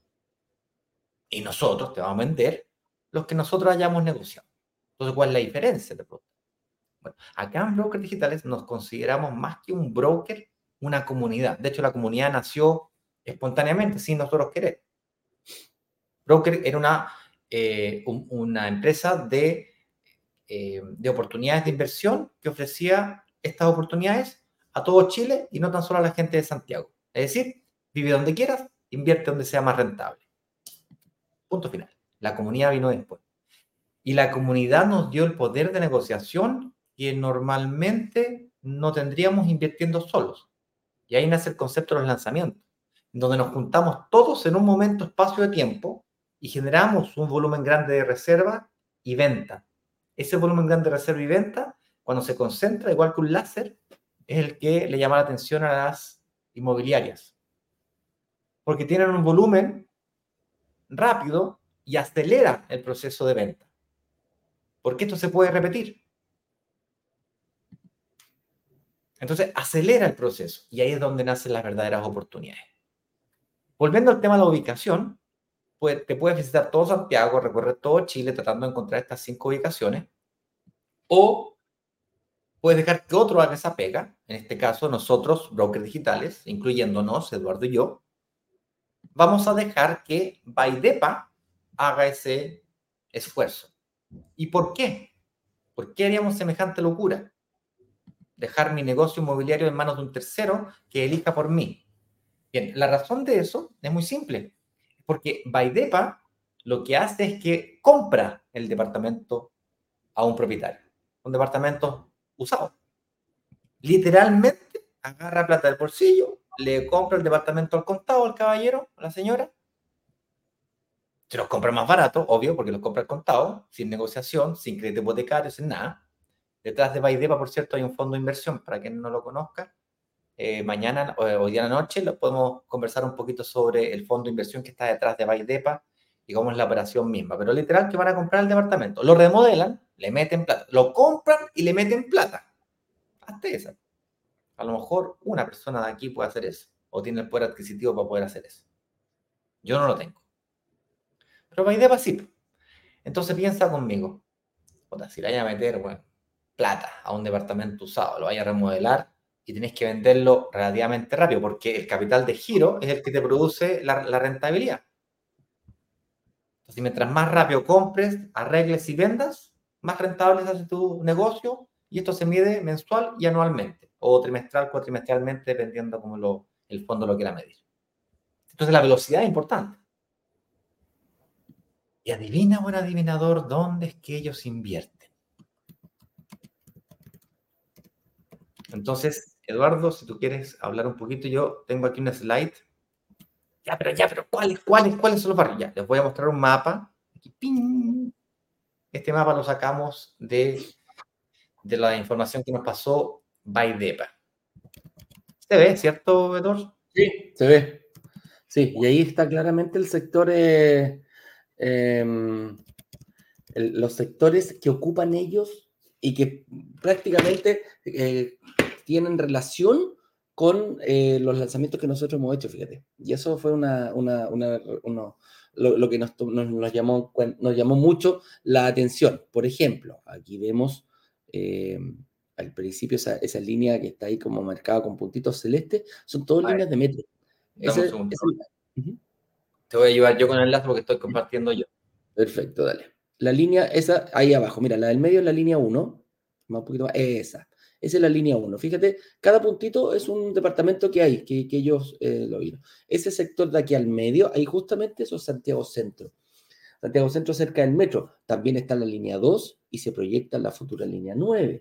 Y nosotros te vamos a vender los que nosotros hayamos negociado. Entonces, ¿cuál es la diferencia? Bueno, acá en Brokers Digitales nos consideramos más que un broker, una comunidad. De hecho, la comunidad nació espontáneamente, sin nosotros querer. Broker era una, eh, un, una empresa de, eh, de oportunidades de inversión que ofrecía estas oportunidades a todo Chile y no tan solo a la gente de Santiago. Es decir, vive donde quieras, invierte donde sea más rentable. Punto final. La comunidad vino después. Y la comunidad nos dio el poder de negociación que normalmente no tendríamos invirtiendo solos. Y ahí nace el concepto de los lanzamientos, donde nos juntamos todos en un momento, espacio de tiempo, y generamos un volumen grande de reserva y venta. Ese volumen grande de reserva y venta, cuando se concentra, igual que un láser, es el que le llama la atención a las inmobiliarias. Porque tienen un volumen rápido y acelera el proceso de venta. Porque esto se puede repetir. Entonces, acelera el proceso y ahí es donde nacen las verdaderas oportunidades. Volviendo al tema de la ubicación, pues, te puedes visitar todo Santiago, recorrer todo Chile tratando de encontrar estas cinco ubicaciones, o puedes dejar que otro haga esa pega, en este caso nosotros, brokers digitales, incluyéndonos, Eduardo y yo, vamos a dejar que Baidepa haga ese esfuerzo. ¿Y por qué? ¿Por qué haríamos semejante locura? Dejar mi negocio inmobiliario en manos de un tercero que elija por mí. Bien, la razón de eso es muy simple, porque Baidepa lo que hace es que compra el departamento a un propietario, un departamento usado. Literalmente agarra plata del bolsillo, le compra el departamento al contado al caballero, a la señora, se los compra más barato, obvio, porque los compra al contado, sin negociación, sin crédito hipotecario, sin nada. Detrás de Baidepa, por cierto, hay un fondo de inversión, para quien no lo conozca. Eh, mañana o hoy día en la noche lo podemos conversar un poquito sobre el fondo de inversión que está detrás de Baidepa y cómo es la operación misma. Pero literal que van a comprar el departamento, lo remodelan, le meten plata, lo compran y le meten plata. Hazte esa. A lo mejor una persona de aquí puede hacer eso o tiene el poder adquisitivo para poder hacer eso. Yo no lo tengo. Pero Baidepa sí. Entonces piensa conmigo. Si le vaya a meter bueno, plata a un departamento usado, lo vaya a remodelar y tenés que venderlo relativamente rápido porque el capital de giro es el que te produce la, la rentabilidad. Entonces, mientras más rápido compres, arregles y vendas, más rentable se hace tu negocio y esto se mide mensual y anualmente o trimestral, cuatrimestralmente, dependiendo cómo lo, el fondo lo quiera medir. Entonces, la velocidad es importante. Y adivina, buen adivinador, dónde es que ellos invierten. Entonces, Eduardo, si tú quieres hablar un poquito, yo tengo aquí una slide. Ya, pero ya, pero ¿cuáles, cuáles, cuáles son los barrios? Ya, les voy a mostrar un mapa. Aquí, ¡ping! Este mapa lo sacamos de, de la información que nos pasó Baidepa. ¿Se ve, cierto, Eduardo? Sí, se ve. Sí, y ahí está claramente el sector, eh, eh, el, los sectores que ocupan ellos y que prácticamente eh, tienen relación con eh, los lanzamientos que nosotros hemos hecho, fíjate. Y eso fue una, una, una, uno, lo, lo, que nos, nos, nos, llamó, nos llamó mucho la atención. Por ejemplo, aquí vemos eh, al principio esa, esa línea que está ahí como marcada con puntitos celestes, son todas A ver, líneas de metro. dame un Ese, segundo. ese, uh-huh. Te voy a ayudar yo con el enlace porque estoy compartiendo yo. Perfecto, dale. La línea, esa, ahí abajo, mira, la del medio es la línea uno, más un poquito más, esa. Esa es la línea uno. Fíjate, cada puntito es un departamento que hay, que, que ellos eh, lo vieron. Ese sector de aquí al medio, ahí justamente eso es Santiago Centro. Santiago Centro cerca del metro. También está la línea dos y se proyecta la futura línea nueve.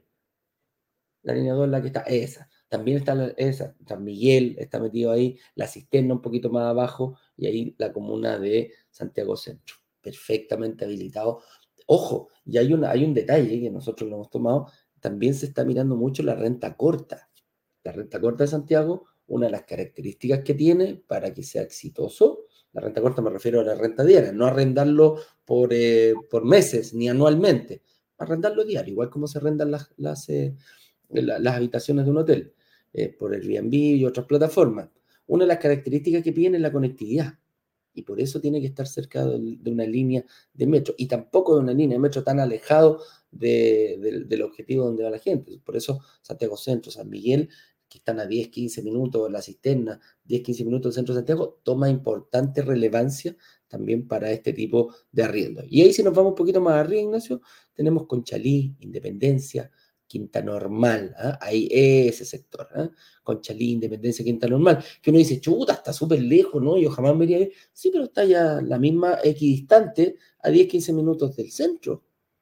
La línea dos es la que está, esa. También está la, esa. San Miguel está metido ahí, la cisterna un poquito más abajo y ahí la comuna de Santiago Centro. Perfectamente habilitado. Ojo, y hay, una, hay un detalle que nosotros lo hemos tomado, también se está mirando mucho la renta corta. La renta corta de Santiago, una de las características que tiene para que sea exitoso, la renta corta me refiero a la renta diaria, no arrendarlo por, eh, por meses ni anualmente, arrendarlo diario, igual como se arrendan las, las, eh, la, las habitaciones de un hotel, eh, por Airbnb y otras plataformas. Una de las características que piden es la conectividad y por eso tiene que estar cerca de, de una línea de metro y tampoco de una línea de metro tan alejado de, de, del objetivo donde va la gente. Por eso Santiago Centro, San Miguel, que están a diez, quince minutos, la cisterna, diez, quince minutos del centro de Santiago, toma importante relevancia también para este tipo de arriendo. Y ahí si nos vamos un poquito más arriba, Ignacio, tenemos Conchalí, Independencia, Quinta Normal, ¿eh? Ahí ese sector, ¿eh? Conchalí, Independencia, Quinta Normal, que uno dice, chuta, está súper lejos, ¿no? Yo jamás me iría ahí. Sí, pero está ya la misma equidistante a diez, quince minutos del centro.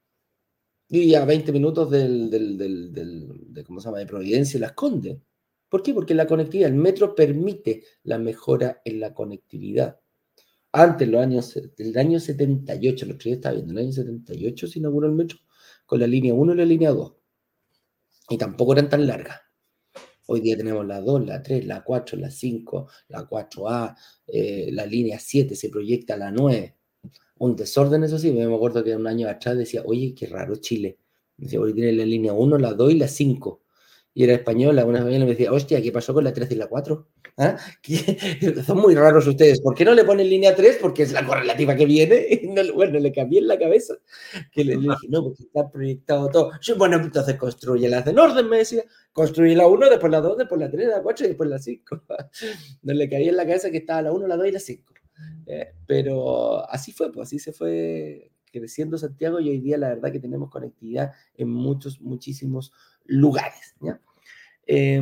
Y a veinte minutos del, del, del, del de, ¿cómo se llama? De Providencia y Las Condes. ¿Por qué? Porque la conectividad, el metro permite la mejora en la conectividad. Antes, los años, el año setenta y ocho, el otro día estaba viendo, el año setenta y ocho se inauguró el metro con la línea uno y la línea dos. Y tampoco eran tan largas. Hoy día tenemos la dos, la tres, la cuatro, la cinco, la cuatro A, eh, la línea siete, se proyecta la nueve. Un desorden, eso sí, me acuerdo que un año atrás decía, oye, qué raro Chile. Me decía, hoy tiene la línea uno, la dos y la cinco. Y era española, una vez me decía, hostia, ¿qué pasó con la tres y la cuatro? ¿Ah? Son muy raros ustedes. ¿Por qué no le ponen línea tres? Porque es la correlativa que viene. Y no, bueno, le cambié en la cabeza. Que le, le dije, no, porque está proyectado todo. Sí, bueno, entonces construye las en orden, me decía. Construye la uno, después la dos, después la tres, la cuatro y después la cinco. No le cabía en la cabeza que estaba la uno, la dos y la cinco. Eh, pero así fue, pues así se fue creciendo Santiago y hoy día la verdad que tenemos conectividad en muchos, muchísimos lugares. ¿Ya? Eh,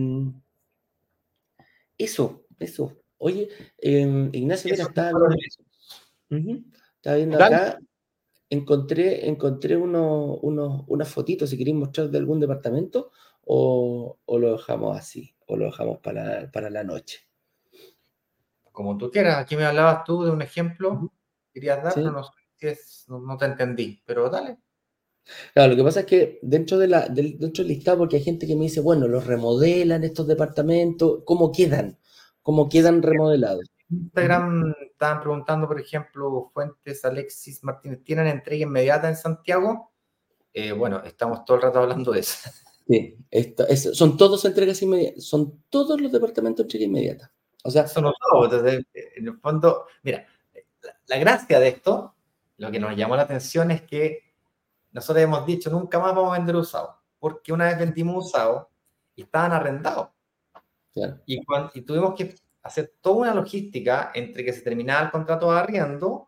eso, eso. Oye, eh, Ignacio, mira, Eso estaba fueron viendo, eso. uh-huh, estaba viendo Dale. acá, encontré, encontré unos, unos, unas fotitos, si queréis mostrar de algún departamento, o, o lo dejamos así, o lo dejamos para, para la noche. Como tú quieras. Aquí me hablabas tú de un ejemplo Uh-huh. que querías dar, pero Sí. no sé si es, no, no te entendí. Pero dale. Claro, lo que pasa es que dentro, de la, del, dentro del listado, porque hay gente que me dice, bueno, los remodelan estos departamentos, ¿cómo quedan? ¿Cómo quedan remodelados? Uh-huh. Instagram estaban preguntando, por ejemplo, Fuentes, Alexis Martínez, ¿tienen entrega inmediata en Santiago? Eh, bueno, estamos todo el rato hablando de eso. Sí, esto, es, son todos entregas inmediatas, son todos los departamentos entrega inmediata. O sea, Eso no todo. Entonces, en el fondo, mira, la, la gracia de esto, lo que nos llamó la atención es que nosotros hemos dicho, nunca más vamos a vender usados, porque una vez vendimos usados y estaban arrendados. claro. Y, cuando, y tuvimos que hacer toda una logística entre que se terminaba el contrato de arriendo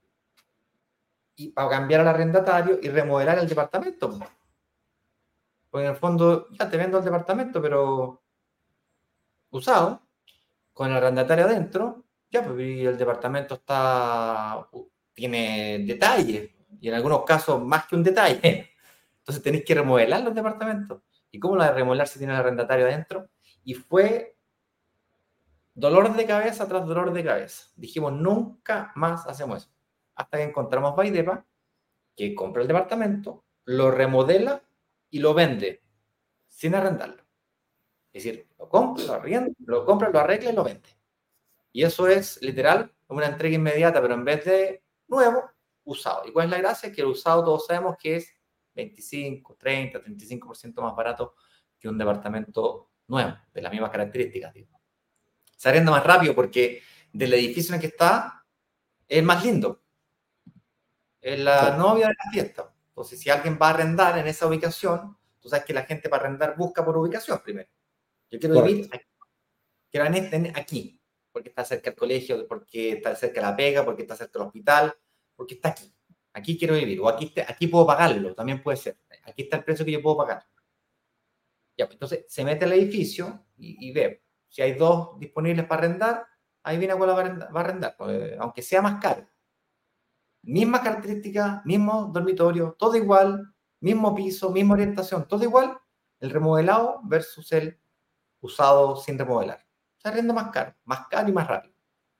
y para cambiar al arrendatario y remodelar el departamento. Porque en el fondo, ya te vendo el departamento, pero usado, con el arrendatario adentro, ya, pues y el departamento está, tiene detalles, y en algunos casos más que un detalle. Entonces tenéis que remodelar los departamentos. ¿Y cómo la de remodelar si tiene el arrendatario adentro? Y fue dolor de cabeza tras dolor de cabeza. Dijimos, nunca más hacemos eso. Hasta que encontramos Baidepa, que compra el departamento, lo remodela y lo vende sin arrendarlo. Es decir, lo compra, lo arrienda, lo compra, lo arregla y lo vende. Y eso es, literal, una entrega inmediata, pero en vez de nuevo, usado. ¿Y cuál es la gracia? Que el usado todos sabemos que es veinticinco, treinta, treinta y cinco por ciento más barato que un departamento nuevo, de las mismas características. Digo. Se arrienda más rápido porque del edificio en el que está es más lindo. Es la novia de la fiesta. Entonces, si alguien va a arrendar en esa ubicación, tú sabes que la gente para arrendar busca por ubicación primero. Yo quiero Correcto. vivir aquí. Quiero en este, aquí, porque está cerca del colegio, porque está cerca de la pega, porque está cerca del hospital, porque está aquí. Aquí quiero vivir, o aquí, aquí puedo pagarlo, también puede ser. Aquí está el precio que yo puedo pagar. Ya, pues, entonces se mete al edificio y, y ve, si hay dos disponibles para arrendar, ahí viene cuál va a arrendar, va a arrendar pues, aunque sea más caro. Misma característica, mismo dormitorio, todo igual, mismo piso, misma orientación, todo igual, el remodelado versus el usado sin remodelar. Se arrenda más caro, más caro y más rápido.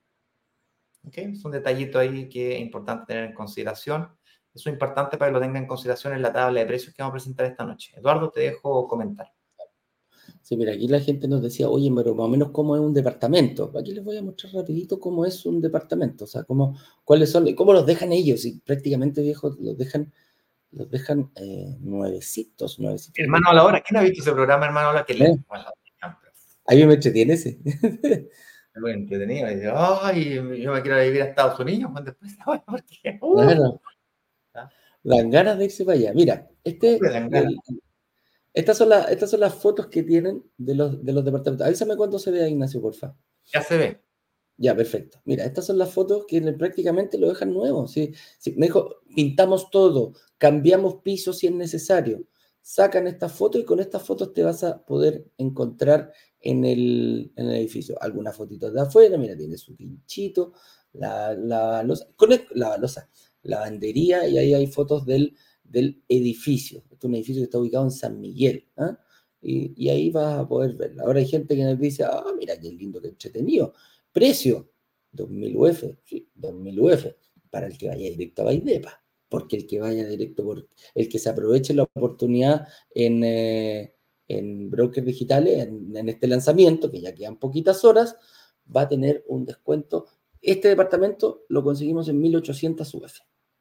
¿Okay? Es un detallito ahí que es importante tener en consideración. Eso es importante para que lo tengan en consideración en la tabla de precios que vamos a presentar esta noche. Eduardo, te dejo comentar. Sí, mira, aquí la gente nos decía, oye, pero más o menos cómo es un departamento. Aquí les voy a mostrar rapidito cómo es un departamento, o sea, cómo, cuáles son, cómo los dejan ellos, y prácticamente, viejos, los dejan, los dejan eh, nuevecitos, nuevecitos. Hermano a la hora, ¿quién ha visto ese programa, Hermano a la que le... Bueno, a mí me entretiene ese. Muy entretenido. Y digo, ay, yo me quiero vivir a Estados Unidos. Pues después, ¿por qué? Uh, claro. Las ganas de irse para allá. Mira, este... El, Estas son, las, estas son las fotos que tienen de los, de los departamentos. Avísame cuándo se vea, Ignacio, porfa. Ya se ve. Ya, perfecto. Mira, estas son las fotos que prácticamente lo dejan nuevo. ¿Sí? Sí, me dijo, pintamos todo, cambiamos pisos si es necesario. Sacan estas fotos y con estas fotos te vas a poder encontrar en el, en el edificio. Algunas fotitos de afuera, mira, tiene su pinchito, la, la, losa, con el, la losa, lavandería, y ahí hay fotos del, del edificio. Este es un edificio que está ubicado en San Miguel. ¿eh? Y, y ahí vas a poder verla. Ahora hay gente que nos dice, ah, mira qué lindo, qué entretenido. Precio, dos mil U F, sí, dos mil U F, para el que vaya directo a Baidepa, porque el que vaya directo, por, el que se aproveche la oportunidad en, eh, en brokers digitales, en, en este lanzamiento, que ya quedan poquitas horas, va a tener un descuento. Este departamento lo conseguimos en mil ochocientos U F.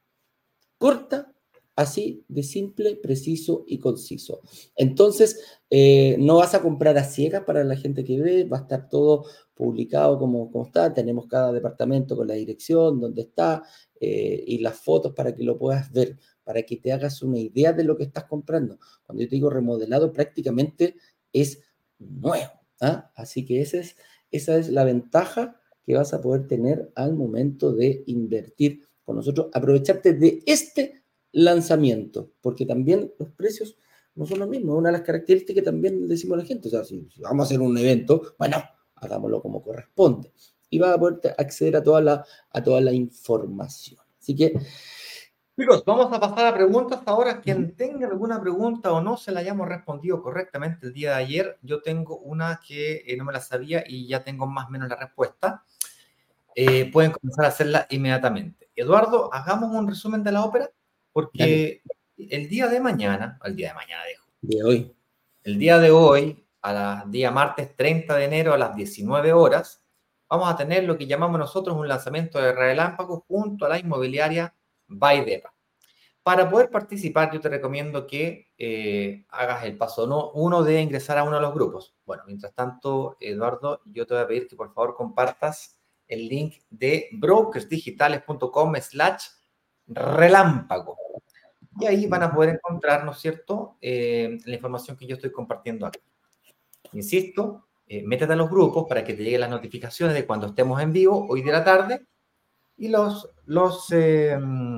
Corta, así de simple, preciso y conciso. Entonces, eh, no vas a comprar a ciegas para la gente que ve, va a estar todo publicado como, como está, tenemos cada departamento con la dirección, dónde está, eh, y las fotos para que lo puedas ver, para que te hagas una idea de lo que estás comprando. Cuando yo te digo remodelado, prácticamente es nuevo. ¿ah? Así que esa es, esa es la ventaja que vas a poder tener al momento de invertir con nosotros, aprovecharte de este lanzamiento, porque también los precios no son los mismos. Una de las características que también le decimos a la gente, o sea, si, si vamos a hacer un evento, bueno, hagámoslo como corresponde. Y vas a poder acceder a toda la, a toda la información. Así que... Chicos, vamos a pasar a preguntas ahora. Quien tenga alguna pregunta o no se la hayamos respondido correctamente el día de ayer, yo tengo una que eh, no me la sabía y ya tengo más o menos la respuesta. Eh, pueden comenzar a hacerla inmediatamente. Eduardo, hagamos un resumen de la ópera, porque Dale. el día de mañana, el día de mañana, dejo. De hoy. El día de hoy, a la día martes treinta de enero a las diecinueve horas, vamos a tener lo que llamamos nosotros un lanzamiento de relámpago junto a la inmobiliaria Baidepa. Para poder participar, yo te recomiendo que eh, hagas el paso uno de ingresar a uno de los grupos. Bueno, mientras tanto, Eduardo, yo te voy a pedir que por favor compartas el link de brokersdigitales.com slash relámpago. Y ahí van a poder encontrar, ¿no es cierto?, eh, la información que yo estoy compartiendo aquí. Insisto, eh, métete a los grupos para que te lleguen las notificaciones de cuando estemos en vivo hoy de la tarde y los... los eh,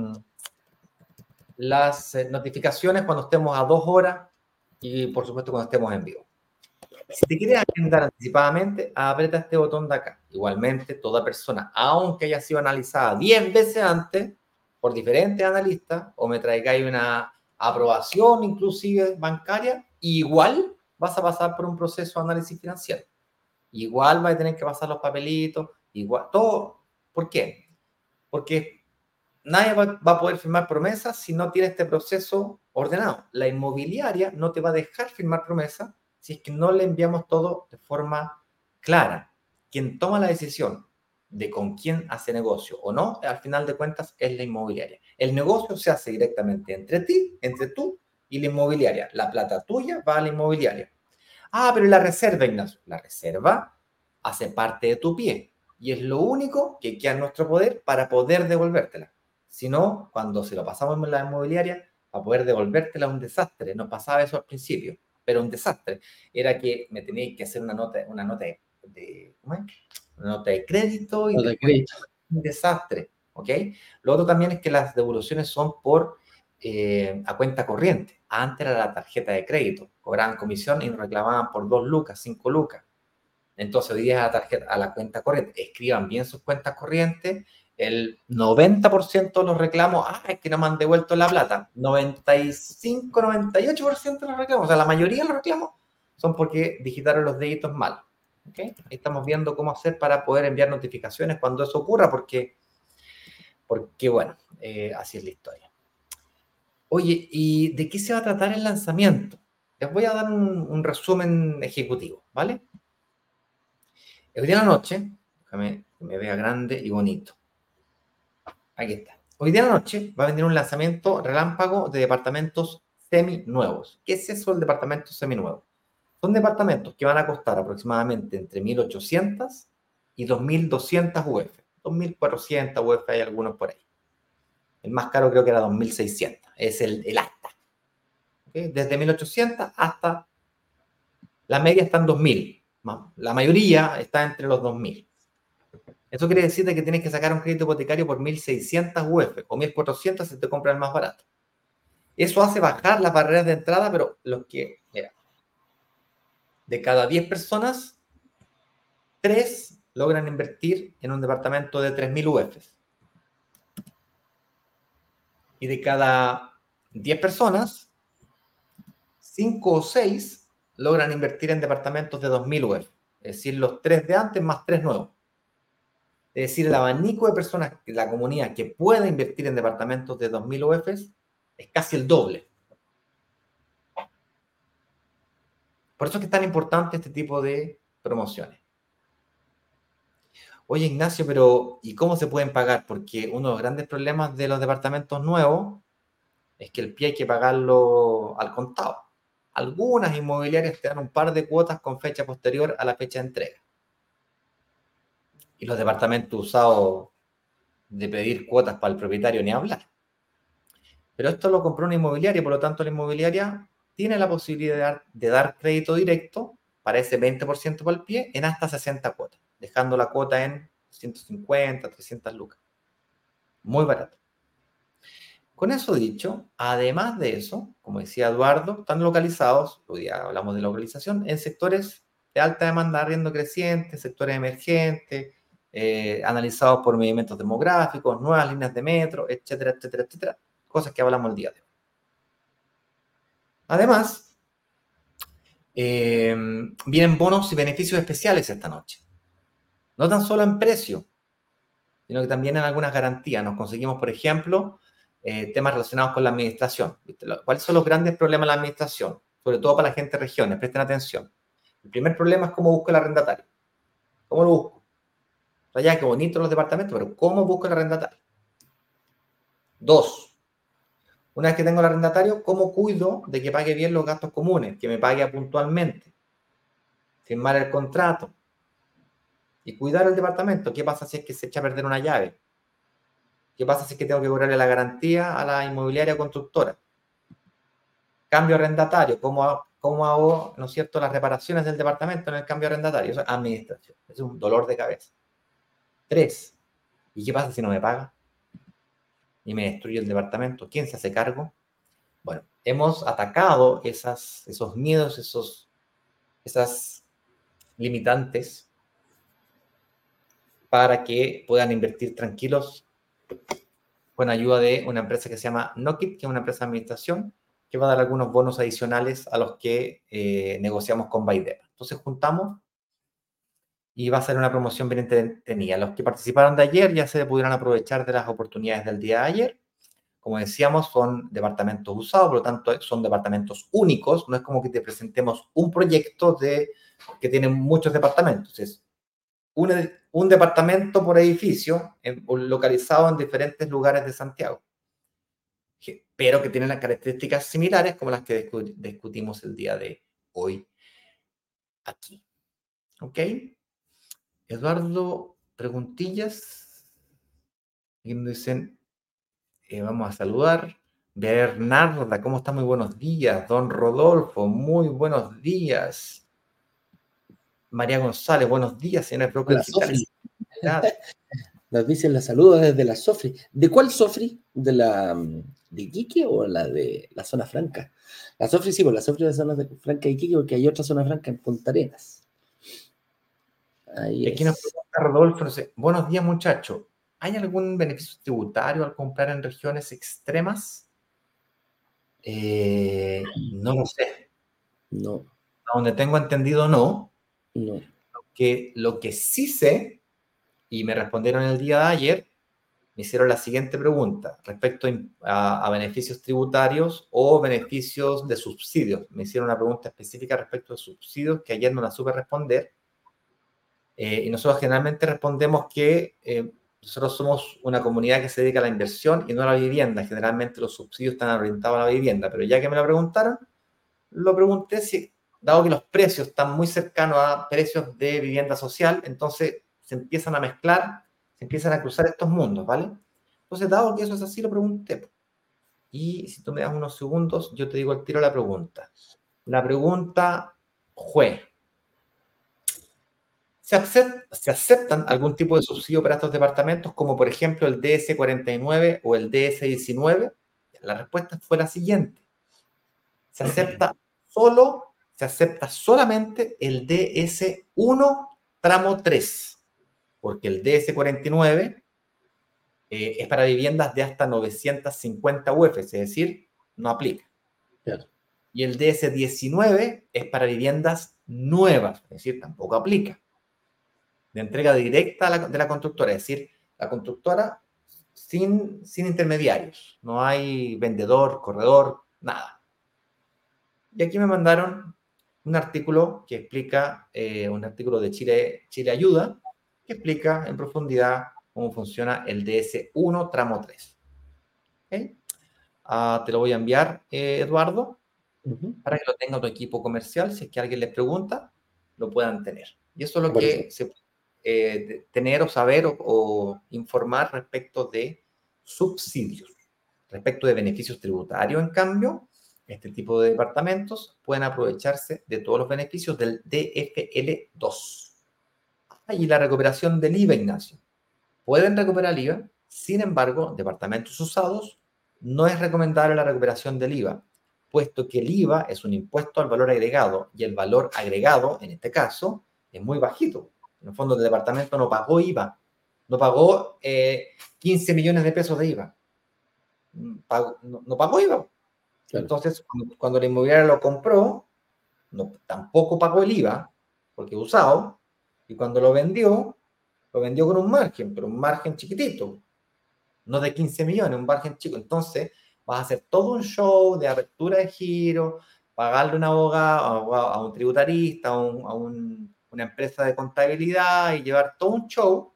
las notificaciones cuando estemos a dos horas y, por supuesto, cuando estemos en vivo. Si te quieres agendar anticipadamente, aprieta este botón de acá. Igualmente, toda persona, aunque haya sido analizada diez veces antes por diferentes analistas o me traigáis una aprobación inclusive bancaria, igual vas a pasar por un proceso de análisis financiero. Igual vas a tener que pasar los papelitos, igual, todo. ¿Por qué? Porque nadie va, va a poder firmar promesas si no tiene este proceso ordenado. La inmobiliaria no te va a dejar firmar promesas si es que no le enviamos todo de forma clara. Quien toma la decisión de con quién hace negocio o no, al final de cuentas, es la inmobiliaria. El negocio se hace directamente entre ti, entre tú y la inmobiliaria. La plata tuya va a la inmobiliaria. Ah, pero la reserva, Ignacio. La reserva hace parte de tu pie y es lo único que queda en nuestro poder para poder devolvértela. Si no, cuando se lo pasamos en la inmobiliaria, para poder devolvértela es un desastre. Nos pasaba eso al principio, pero un desastre. Era que me teníais que hacer una nota, una nota de, de ¿cómo es? Una nota de crédito y No de después crédito. un desastre, ¿ok? Lo otro también es que las devoluciones son por eh, a cuenta corriente. Antes era la tarjeta de crédito, cobraban comisión y nos reclamaban por dos lucas, cinco lucas. Entonces hoy día es a la tarjeta, a la cuenta corriente. Escriban bien sus cuentas corrientes. El noventa por ciento de los reclamos, ah, es que no me han devuelto la plata. noventa y cinco, noventa y ocho por ciento de los reclamos, o sea, la mayoría de los reclamos son porque digitaron los deditos mal. ¿Okay? Ahí estamos viendo cómo hacer para poder enviar notificaciones cuando eso ocurra, porque, porque bueno, eh, así es la historia. Oye, ¿y de qué se va a tratar el lanzamiento? Les voy a dar un, un resumen ejecutivo, ¿vale? El día de la noche, déjame que me vea grande y bonito. Aquí está. Hoy día de la noche va a venir un lanzamiento relámpago de departamentos semi-nuevos. ¿Qué es eso del departamento semi-nuevo? Son departamentos que van a costar aproximadamente entre mil ochocientas y dos mil doscientas U F. dos mil cuatrocientas U F hay algunos por ahí. El más caro creo que era dos mil seiscientas. Es el, el hasta. ¿Okay? Desde mil ochocientas hasta... La media está en dos mil. La mayoría está entre los dos mil. Eso quiere decir que tienes que sacar un crédito hipotecario por mil seiscientas U F o mil cuatrocientas si te compras el más barato. Eso hace bajar las barreras de entrada, pero los que, mira, de cada diez personas, tres logran invertir en un departamento de tres mil U F. Y de cada diez personas, cinco o seis logran invertir en departamentos de dos mil U F. Es decir, los tres de antes más tres nuevos. Es decir, el abanico de personas de la comunidad que puede invertir en departamentos de dos mil U F es casi el doble. Por eso es que es tan importante este tipo de promociones. Oye, Ignacio, pero ¿y cómo se pueden pagar? Porque uno de los grandes problemas de los departamentos nuevos es que el pie hay que pagarlo al contado. Algunas inmobiliarias te dan un par de cuotas con fecha posterior a la fecha de entrega. Y los departamentos usados de pedir cuotas para el propietario ni hablar. Pero esto lo compró una inmobiliaria, por lo tanto la inmobiliaria tiene la posibilidad de dar, de dar crédito directo para ese veinte por ciento para el pie en hasta sesenta cuotas, dejando la cuota en ciento cincuenta, trescientas lucas. Muy barato. Con eso dicho, además de eso, como decía Eduardo, están localizados, hoy día hablamos de localización, en sectores de alta demanda, arriendo creciente, sectores emergentes, eh, analizados por movimientos demográficos, nuevas líneas de metro, etcétera, etcétera, etcétera. Cosas que hablamos el día de hoy. Además, eh, vienen bonos y beneficios especiales esta noche. No tan solo en precio, sino que también en algunas garantías. Nos conseguimos, por ejemplo, eh, temas relacionados con la administración. ¿Viste? ¿Cuáles son los grandes problemas de la administración? Sobre todo para la gente de regiones, presten atención. El primer problema es cómo busco el arrendatario. ¿Cómo lo busco? O sea, ya, qué bonito los departamentos, pero ¿cómo busco el arrendatario? Dos, una vez que tengo el arrendatario, ¿cómo cuido de que pague bien los gastos comunes? Que me pague puntualmente. Firmar el contrato. Y cuidar el departamento. ¿Qué pasa si es que se echa a perder una llave? ¿Qué pasa si es que tengo que cobrarle la garantía a la inmobiliaria constructora? Cambio arrendatario. ¿Cómo, cómo hago, no es cierto, las reparaciones del departamento en el cambio arrendatario? Eso es administración. Es un dolor de cabeza. Tres. ¿Y qué pasa si no me paga? Y me destruye el departamento. ¿Quién se hace cargo? Bueno, hemos atacado esas, esos miedos, esos, esas limitantes para que puedan invertir tranquilos con ayuda de una empresa que se llama Nokit, que es una empresa de administración, que va a dar algunos bonos adicionales a los que eh, negociamos con Baidepa. Entonces juntamos y va a ser una promoción bien entretenida. Los que participaron de ayer ya se pudieron aprovechar de las oportunidades del día de ayer. Como decíamos, son departamentos usados, por lo tanto son departamentos únicos. No es como que te presentemos un proyecto de, que tiene muchos departamentos. Es un, un departamento por edificio en, localizado en diferentes lugares de Santiago, pero que tienen las características similares como las que discutimos el día de hoy aquí. ¿Ok? Eduardo, preguntillas. Y me dicen, eh, vamos a saludar. Bernarda, ¿cómo está? Muy buenos días. Don Rodolfo, muy buenos días. María González, buenos días, señores brokers digitales. Nos dicen la saludos desde la Sofri. ¿De cuál Sofri? ¿De la de Iquique o la de la zona franca? La Sofri sí, pues la Sofri de la zona franca de Iquique, porque hay otra zona franca en Punta Arenas. Ahí Aquí nos pregunta Rodolfo, no sé, buenos días muchachos. ¿Hay algún beneficio tributario al comprar en regiones extremas? Eh, no lo sé. No. A donde tengo entendido, no. No. Lo que, lo que sí sé, y me respondieron el día de ayer, me hicieron la siguiente pregunta respecto a, a beneficios tributarios o beneficios de subsidios. Me hicieron una pregunta específica respecto de subsidios que ayer no la supe responder. Eh, y nosotros generalmente respondemos que eh, nosotros somos una comunidad que se dedica a la inversión y no a la vivienda. Generalmente los subsidios están orientados a la vivienda, pero ya que me lo preguntaron, lo pregunté si, dado que los precios están muy cercanos a precios de vivienda social, entonces se empiezan a mezclar, se empiezan a cruzar estos mundos, ¿vale? Entonces, dado que eso es así, lo pregunté. Y si tú me das unos segundos, yo te digo al tiro la pregunta. La pregunta fue, ¿Se, acept, ¿Se aceptan algún tipo de subsidio para estos departamentos, como por ejemplo el D S cuarenta y nueve o el D S diecinueve? La respuesta fue la siguiente. Se acepta solo, se acepta solamente el D S uno tramo tres, porque el D S cuarenta y nueve eh, es para viviendas de hasta novecientas cincuenta U F, es decir, no aplica. Claro. Y el D S diecinueve es para viviendas nuevas, es decir, tampoco aplica. De entrega directa a la, de la constructora, es decir, la constructora sin, sin intermediarios. No hay vendedor, corredor, nada. Y aquí me mandaron un artículo que explica, eh, un artículo de Chile, Chile Ayuda, que explica en profundidad cómo funciona el D S uno tramo tres. ¿Okay? Uh, te lo voy a enviar, eh, Eduardo, uh-huh. para que lo tenga tu equipo comercial. Si es que alguien les pregunta, lo puedan tener. Y eso es lo que se puede eh, tener o saber o, o informar respecto de subsidios. Respecto de beneficios tributarios, en cambio, este tipo de departamentos pueden aprovecharse de todos los beneficios del D F L dos. Ah, y la recuperación del I V A, Ignacio. Pueden recuperar el I V A, sin embargo, departamentos usados, no es recomendable la recuperación del I V A, puesto que el I V A es un impuesto al valor agregado, y el valor agregado, en este caso, es muy bajito. En el fondo, el departamento no pagó I V A, no pagó eh, quince millones de pesos de I V A, pagó, no, no pagó I V A. Claro. Entonces, cuando, cuando la inmobiliaria lo compró, no, tampoco pagó el I V A, porque es usado, y cuando lo vendió, lo vendió con un margen, pero un margen chiquitito, no de quince millones, un margen chico. Entonces, vas a hacer todo un show de apertura de giro, pagarle a un abogado, a, a un tributarista, a, un, a un, una empresa de contabilidad y llevar todo un show,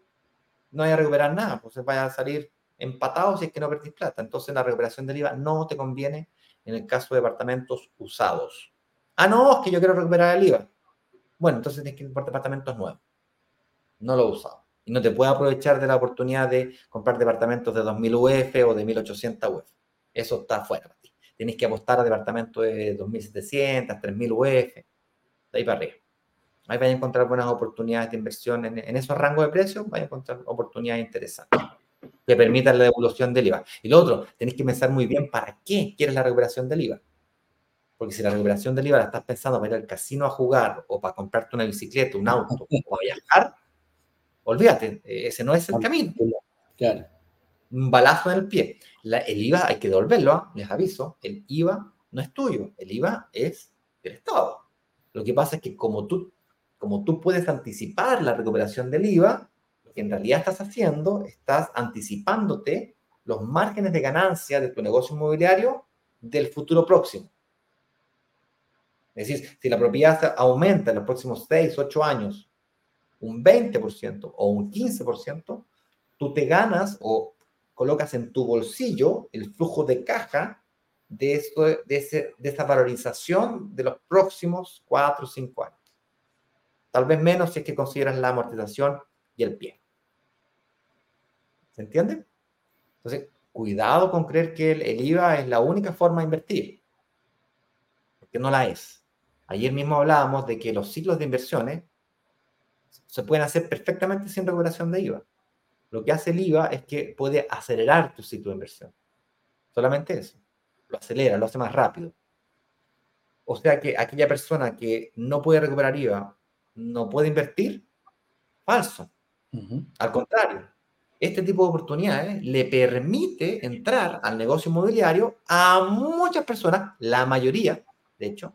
no vaya a recuperar nada, pues vaya a salir empatado si es que no perdís plata. Entonces, la recuperación del I V A no te conviene en el caso de departamentos usados. Ah, no, es que yo quiero recuperar el I V A. Bueno, entonces tienes que ir por departamentos nuevos. No lo he usado. Y no te puedes aprovechar de la oportunidad de comprar departamentos de dos mil U F o de mil ochocientas U F. Eso está fuera para ti. Tienes que apostar a departamentos de dos mil setecientas, tres mil U F, de ahí para arriba. Ahí vas a encontrar buenas oportunidades de inversión en, en esos rangos de precios, vas a encontrar oportunidades interesantes que permitan la devolución del I V A. Y lo otro, tenés que pensar muy bien para qué quieres la recuperación del I V A. Porque si la recuperación del I V A la estás pensando para ir al casino a jugar o para comprarte una bicicleta, un auto o a viajar, olvídate, ese no es el camino. Claro. Un balazo en el pie. La, el I V A hay que devolverlo, ¿eh? Les aviso, el I V A no es tuyo, el I V A es del Estado. Lo que pasa es que como tú, como tú puedes anticipar la recuperación del I V A, lo que en realidad estás haciendo, estás anticipándote los márgenes de ganancia de tu negocio inmobiliario del futuro próximo. Es decir, si la propiedad aumenta en los próximos seis, ocho años, un veinte por ciento o un quince por ciento, tú te ganas o colocas en tu bolsillo el flujo de caja de, esto, de, ese, de esa valorización de los próximos cuatro o cinco años. Tal vez menos si es que consideras la amortización y el pie. ¿Se entiende? Entonces, cuidado con creer que el, el I V A es la única forma de invertir, porque no la es. Ayer mismo hablábamos de que los ciclos de inversiones se pueden hacer perfectamente sin recuperación de I V A. Lo que hace el I V A es que puede acelerar tu ciclo de inversión. Solamente eso. Lo acelera, lo hace más rápido. O sea que aquella persona que no puede recuperar I V A, no puede invertir, falso. Uh-huh. Al contrario, este tipo de oportunidades le permite entrar al negocio inmobiliario a muchas personas, la mayoría, de hecho,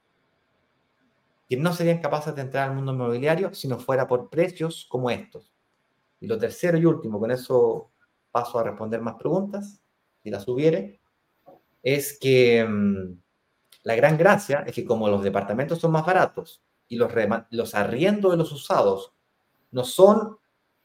que no serían capaces de entrar al mundo inmobiliario si no fuera por precios como estos. Y lo tercero y último, con eso paso a responder más preguntas, si las hubiere, es que mmm, la gran gracia es que como los departamentos son más baratos y los, los arriendos de los usados no son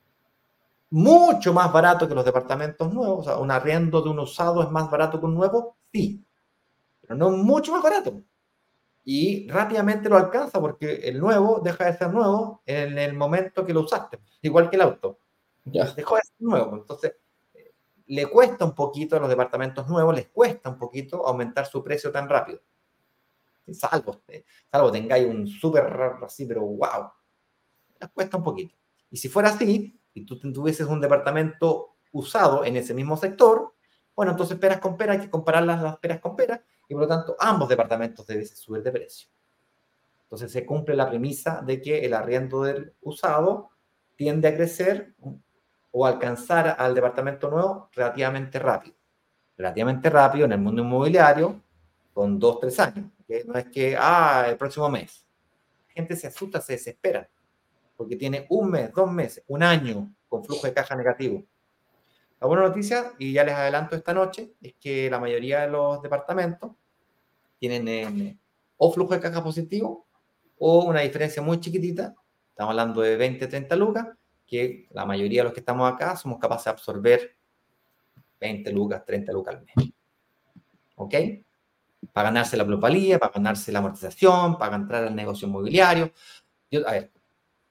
mucho más baratos que los departamentos nuevos, o sea, un arriendo de un usado es más barato que un nuevo, sí, pero no mucho más barato. Y rápidamente lo alcanza porque el nuevo deja de ser nuevo en el momento que lo usaste, igual que el auto. Ya. Dejó de ser nuevo, entonces le cuesta un poquito a los departamentos nuevos, les cuesta un poquito aumentar su precio tan rápido. Salvo, salvo tengáis un súper así, pero wow, les cuesta un poquito. Y si fuera así, y tú tuvieses un departamento usado en ese mismo sector, bueno, entonces peras con peras, hay que comparar las, las peras con peras, y por lo tanto ambos departamentos deben subir de precio. Entonces se cumple la premisa de que el arriendo del usado tiende a crecer o alcanzar al departamento nuevo relativamente rápido. Relativamente rápido en el mundo inmobiliario, con dos, tres años. ¿Okay? No es que, ah, el próximo mes. La gente se asusta, se desespera, porque tiene un mes, dos meses, un año con flujo de caja negativo. La buena noticia, y ya les adelanto esta noche, es que la mayoría de los departamentos tienen eh, o flujo de caja positivo o una diferencia muy chiquitita, estamos hablando de veinte, treinta lucas, que la mayoría de los que estamos acá somos capaces de absorber veinte lucas, treinta lucas al mes. ¿Ok? Para ganarse la plusvalía, para ganarse la amortización, para entrar al negocio inmobiliario. Yo, a ver,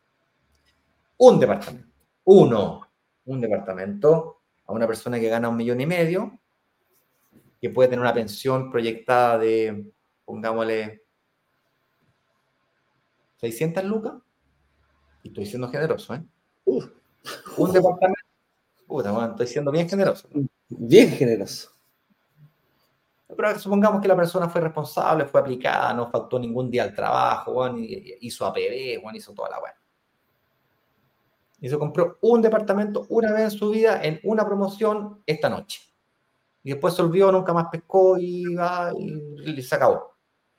un departamento, uno, un departamento a una persona que gana un millón y medio, que puede tener una pensión proyectada de, pongámosle, seiscientas lucas, y estoy siendo generoso, ¿eh? Uh, un uh, departamento, puta, bueno, estoy siendo bien generoso, ¿no? Bien generoso. Pero supongamos que la persona fue responsable, fue aplicada, no faltó ningún día al trabajo, bueno, hizo A P B, bueno, hizo toda la buena. Y se compró un departamento una vez en su vida en una promoción esta noche. Y después se olvidó, nunca más pescó y, va, y, y se acabó.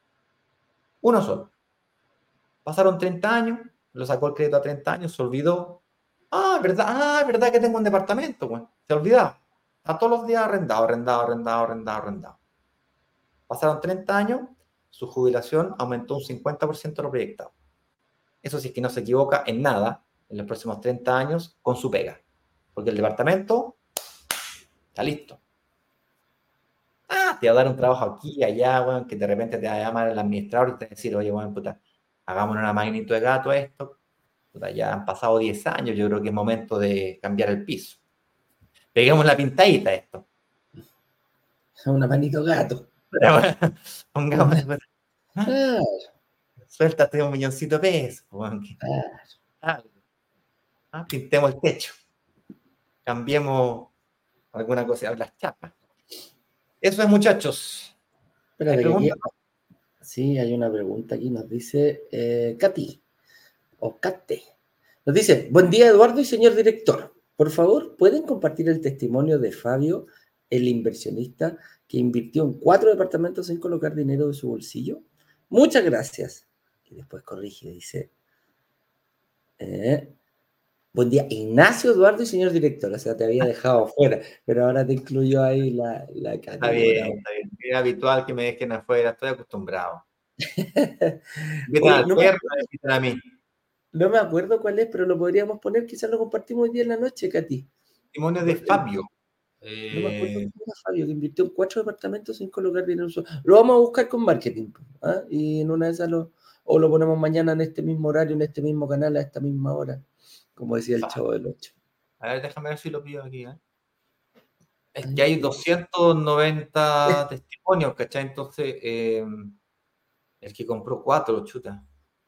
Uno solo. Pasaron treinta años, lo sacó el crédito a treinta años, se olvidó. Ah, es verdad, ah, es verdad que tengo un departamento, bueno. Se olvidó. Está todos los días arrendado, arrendado, arrendado, arrendado, arrendado. Pasaron treinta años, su jubilación aumentó un cincuenta por ciento de lo proyectado. Eso sí es que no se equivoca en nada en los próximos treinta años con su pega. Porque el departamento está listo. Ah, te va a dar un trabajo aquí y allá, bueno, que de repente te va a llamar el administrador y te va a decir, oye, bueno, puta, hagámonos una magnito de gato a esto. Puta, ya han pasado diez años, yo creo que es momento de cambiar el piso. Peguemos la pintadita a esto. Una manito gato. Pongamos, pues, ah, suéltate un milloncito de pesos. Bueno, que, ah, ah, pintemos el techo. Cambiemos alguna cosa, las chapas. Eso es, muchachos. Espérate, ¿Hay que aquí, sí, hay una pregunta aquí, nos dice eh, Katy, o Kate. Nos dice, buen día Eduardo y señor director. Por favor, ¿pueden compartir el testimonio de Fabio, el inversionista que invirtió en cuatro departamentos sin colocar dinero de su bolsillo? Muchas gracias. Y después corrige, dice, eh, buen día, Ignacio, Eduardo y señor director. O sea, te había dejado afuera, pero ahora te incluyo ahí la, la Katy. Está bien, está bien. Es habitual que me dejen afuera, estoy acostumbrado. Invitan al no perro, me invitan a mí. No me acuerdo cuál es, pero lo podríamos poner, quizás lo compartimos hoy día en la noche, Katy. Testimonio de Fabio. No me acuerdo Eh, quién era Fabio, que invirtió en cuatro departamentos sin colocar dinero. Lo vamos a buscar con marketing. ¿Ah? Y en una de esas lo, o lo ponemos mañana en este mismo horario, en este mismo canal, a esta misma hora, como decía el Chavo del ocho. A ver, déjame ver si lo pido aquí. ¿eh? Es que hay doscientos noventa testimonios, ¿cachai? Entonces, eh, el que compró cuatro, chuta.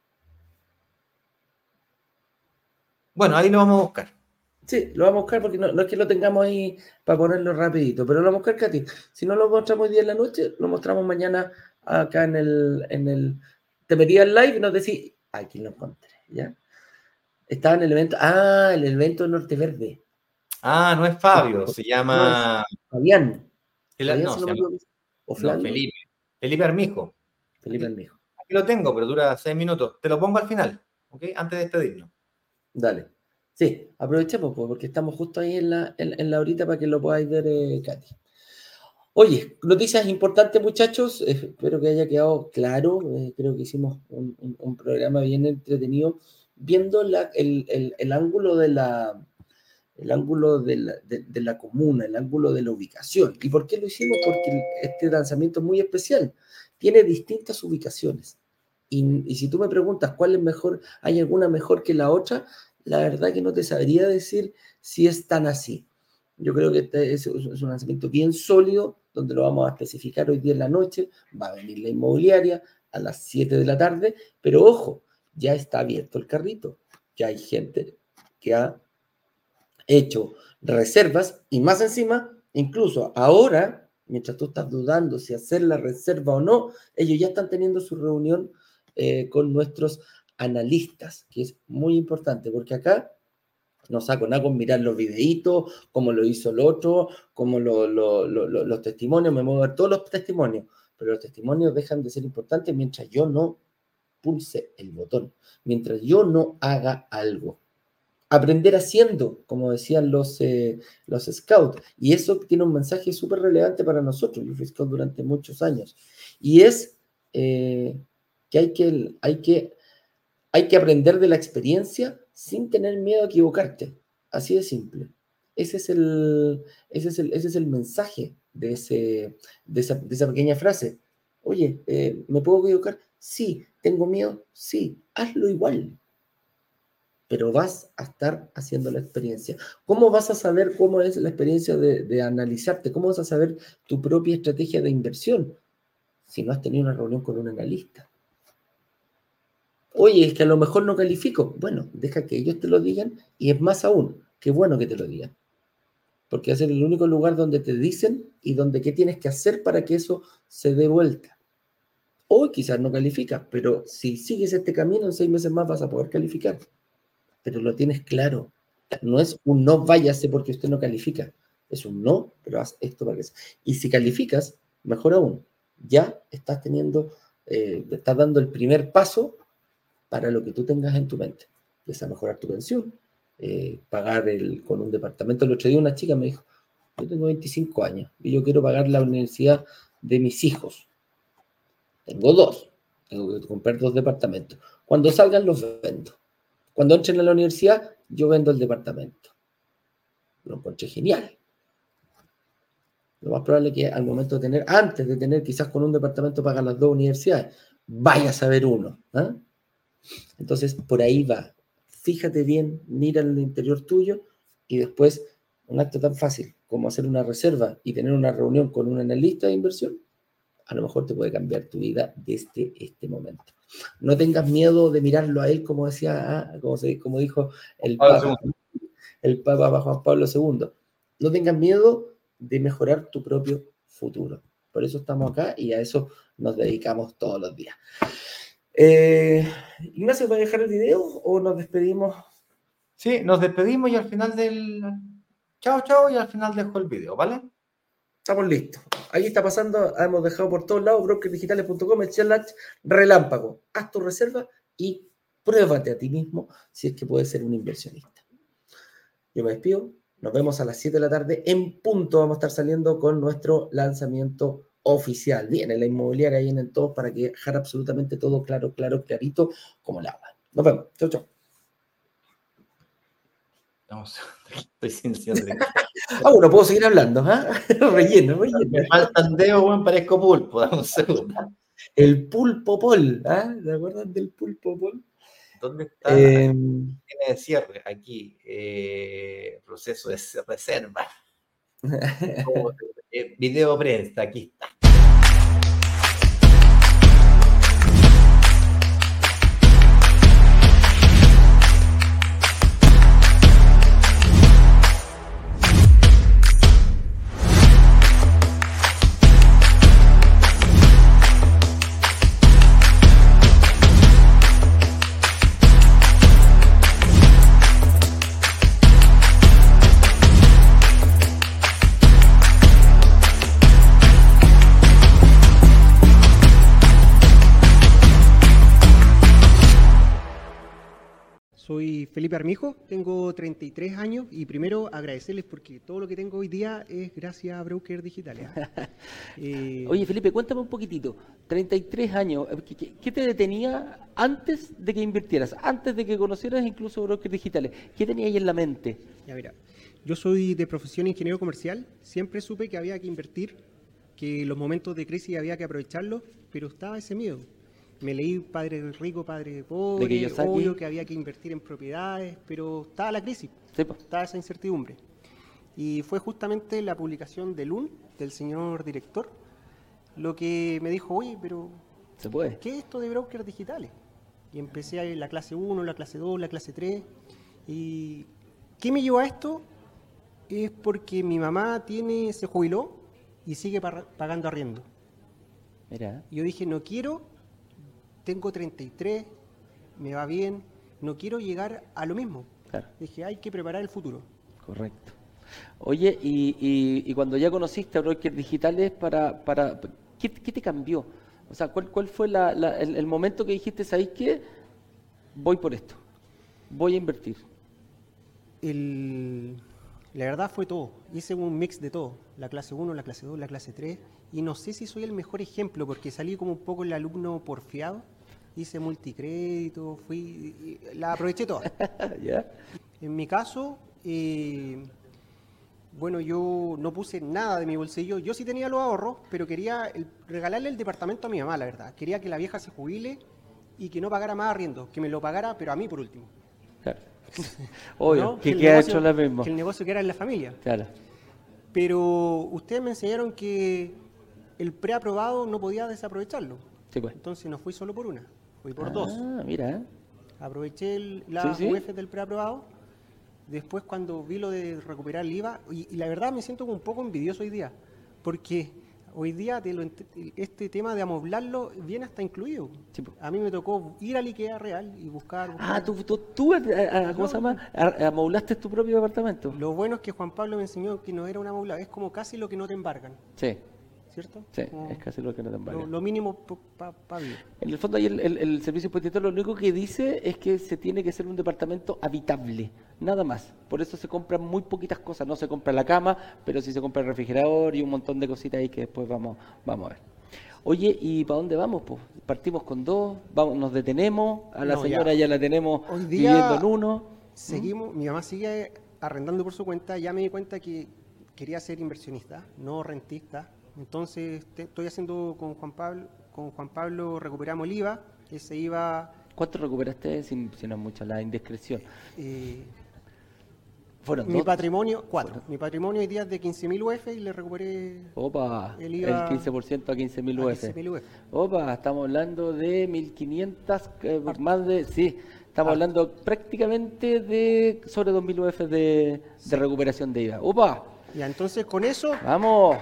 Bueno, ahí lo vamos a buscar. Sí, lo vamos a buscar porque no, no es que lo tengamos ahí para ponerlo rapidito, pero lo vamos a buscar, Katy. Si no lo mostramos hoy día en la noche, lo mostramos mañana acá en el... En el te metías al live y nos decís, aquí lo encontré, ¿ya? Estaba en el evento, ah, el evento de Norte Verde. Ah, no es Fabio, se No, es llama... Fabián. Fabián, No, si no se me llama... equivoco. O No, Flavio. Felipe. Felipe Armijo. Felipe Aquí, Armijo. aquí lo tengo, pero dura seis minutos. Te lo pongo al final, ¿ok? Antes de despedirnos. Dale. Sí, aprovechemos, pues, porque estamos justo ahí en la, en, en la horita para que lo podáis ver, eh, Katy. Oye, noticias importantes, muchachos. Eh, espero que haya quedado claro. Eh, creo que hicimos un, un, un programa bien entretenido, viendo la, el, el, el ángulo de la, el ángulo de la, de, de la comuna, el ángulo de la ubicación. ¿Y por qué lo hicimos? Porque este lanzamiento es muy especial. Tiene distintas ubicaciones. Y, y si tú me preguntas cuál es mejor, ¿hay alguna mejor que la otra? La verdad que no te sabría decir si es tan así. Yo creo que este es, es un lanzamiento bien sólido, donde lo vamos a especificar hoy día en la noche. Va a venir la inmobiliaria a las siete de la tarde, pero ojo, ya está abierto el carrito. Ya hay gente que ha hecho reservas y más encima, incluso ahora, mientras tú estás dudando si hacer la reserva o no, ellos ya están teniendo su reunión eh, con nuestros analistas, que es muy importante, porque acá no saco nada con mirar los videitos, cómo lo hizo el otro, cómo lo, lo, lo, lo, los testimonios, me muevo a ver todos los testimonios, pero los testimonios dejan de ser importantes mientras yo no pulse el botón, mientras yo no haga algo. Aprender haciendo, como decían los, eh, los scouts. Y eso tiene un mensaje súper relevante para nosotros. Yo fui scout durante muchos años. Y es eh, que, hay que, hay, que hay que aprender de la experiencia sin tener miedo a equivocarte. Así de simple. Ese es el, ese es el, ese es el mensaje de, ese, de, esa, de esa pequeña frase. Oye, eh, ¿me puedo equivocar? Sí. ¿Tengo miedo? Sí. Hazlo igual, pero vas a estar haciendo la experiencia. ¿Cómo vas a saber cómo es la experiencia de, de analizarte? ¿Cómo vas a saber tu propia estrategia de inversión si no has tenido una reunión con un analista? Oye, es que a lo mejor no califico. Bueno, deja que ellos te lo digan y es más aún, qué bueno que te lo digan. Porque es el único lugar donde te dicen y donde qué tienes que hacer para que eso se dé vuelta. Hoy quizás no calificas, pero si sigues este camino en seis meses más vas a poder calificar. Pero lo tienes claro. No es un no váyase porque usted no califica. Es un no, pero haz esto para que sea. Y si calificas, mejor aún, ya estás teniendo, eh, estás dando el primer paso para lo que tú tengas en tu mente. Es a mejorar tu pensión, eh, pagar el, con un departamento. El otro día una chica me dijo, yo tengo veinticinco años y yo quiero pagar la universidad de mis hijos. Tengo dos, tengo que comprar dos departamentos. Cuando salgan los vendo. Cuando entren a la universidad, yo vendo el departamento. Lo encontré genial. Lo más probable es que al momento de tener, antes de tener quizás con un departamento pagar las dos universidades, vaya a saber uno. ¿eh? Entonces, por ahí va. Fíjate bien, mira en el interior tuyo y después un acto tan fácil como hacer una reserva y tener una reunión con un analista de inversión, a lo mejor te puede cambiar tu vida desde este momento. No tengas miedo de mirarlo a él, como decía, ah, como, se, como dijo el Papa, el Papa Juan Pablo segundo. No tengas miedo de mejorar tu propio futuro. Por eso estamos acá y a eso nos dedicamos todos los días. Eh, Ignacio, ¿va a dejar el video o nos despedimos? Sí, nos despedimos y al final del... Chao, chao, y al final dejo el video, ¿vale? Estamos listos. Ahí está pasando, hemos dejado por todos lados, broker digitales punto com, challenge relámpago. Haz tu reserva y pruébate a ti mismo si es que puedes ser un inversionista. Yo me despido, nos vemos a las siete de la tarde en punto. Vamos a estar saliendo con nuestro lanzamiento oficial. Viene la inmobiliaria, vienen todos para que dejar absolutamente todo claro, claro, clarito como el agua. Nos vemos. Chau, chau. Vamos, estoy sin cierre. Ah, bueno, puedo seguir hablando, ¿ah? Relleno, Me relleno. faltan dedos, weón, parezco pulpo. Dame un segundo. El pulpo pol, ¿ah? ¿Te acuerdas del pulpo pol? ¿Dónde está? Eh, Tiene de cierre, aquí. Eh, proceso de reserva. Oh, eh, video prensa, aquí está. Soy Felipe Armijo, tengo treinta y tres años y primero agradecerles porque todo lo que tengo hoy día es gracias a Broker Digitales. eh, Oye, Felipe, cuéntame un poquitito. treinta y tres años, ¿qué, qué- qué te detenía antes de que invirtieras? Antes de que conocieras incluso brokers digitales. ¿Qué tenías ahí en la mente? ya mira, yo soy de profesión ingeniero comercial, siempre supe que había que invertir, que los momentos de crisis había que aprovecharlos, pero estaba ese miedo. Me leí Padre Rico, Padre Pobre, Kiyosaki. obvio que había que invertir en propiedades, pero estaba la crisis, Sí, po. estaba esa incertidumbre. Y fue justamente la publicación del U N, del señor director, lo que me dijo, oye, pero Se puede. ¿qué es esto de brokers digitales? Y empecé a ir la clase uno, la clase dos, la clase tres. ¿Y qué me llevó a esto? Es porque mi mamá tiene, se jubiló y sigue par- pagando arriendo. Mira, Y yo dije, no quiero, tengo treinta y tres, me va bien, no quiero llegar a lo mismo. claro, Dije, hay que preparar el futuro. correcto. Oye, y, y- y cuando ya conociste a brokers digitales, para, para, ¿qué, qué te cambió? O sea, ¿cuál, cuál fue la- la- el, el momento que dijiste, ¿sabéis qué? Voy por esto, voy a invertir. El- la verdad fue todo, hice un mix de todo, la clase uno, la clase dos, la clase tres, y no sé si soy el mejor ejemplo porque salí como un poco el alumno porfiado, hice multicrédito, fui, y la aproveché toda. ¿Ya? En mi caso, eh, bueno, yo no puse nada de mi bolsillo, yo sí tenía los ahorros, pero quería el- regalarle el departamento a mi mamá, la verdad, quería que la vieja se jubile y que no pagara más arriendo, que me lo pagara, pero a mí por último. Claro. Obvio, ¿no? que, el que ha negocio- hecho la misma. que el negocio queda en la familia. Claro. Pero ustedes me enseñaron que el preaprobado no podía desaprovecharlo. Sí, pues. Entonces no fui solo por una, fui por dos. Ah, mira. Aproveché el- las Sí, sí. U F del preaprobado. Después cuando vi lo de recuperar el I V A, y, y la verdad me siento como un poco envidioso hoy día, porque hoy día te lo ent- este tema de amoblarlo viene hasta incluido. Sí, po. A mí me tocó ir al IKEA real y buscar... Ah, buscar- tú, tú, tú, eh, eh, ¿cómo Yo- se llama? A- Amoblaste tu propio departamento. Lo bueno es que Juan Pablo me enseñó que no era una amoblada, es como casi lo que no te embargan, Sí, ¿cierto? sí, Como es casi lo que no te embarga. lo, lo mínimo para vivir. En el fondo, ahí el, el, el servicio impositivo lo único que dice es que se tiene que ser un departamento habitable, nada más. Por eso se compran muy poquitas cosas. No se compra la cama, pero sí se compra el refrigerador y un montón de cositas ahí que después vamos, vamos a ver. Oye, ¿y para dónde vamos? Pues partimos con dos, vamos, nos detenemos, a la No, señora ya, ya. la tenemos Hoy día- viviendo en uno. Seguimos, mi mamá sigue arrendando por su cuenta, ya me di cuenta que quería ser inversionista, no rentista. Entonces te- estoy haciendo con Juan Pablo, con Juan Pablo recuperamos el I V A, ese I V A ¿Cuánto recuperaste? Sin, si no es mucha la indiscreción. eh, Fueron mi dos. patrimonio, cuatro. Mi patrimonio hoy día es de quince mil U F y le recuperé Opa, El el, I V A quince por ciento a quince mil a U quince F. mil U F. Opa, estamos hablando de mil quinientas, eh, más de, sí, estamos Harto. hablando prácticamente de sobre dos mil U F de, de recuperación de I V A. Opa, Ya, entonces con eso, vamos.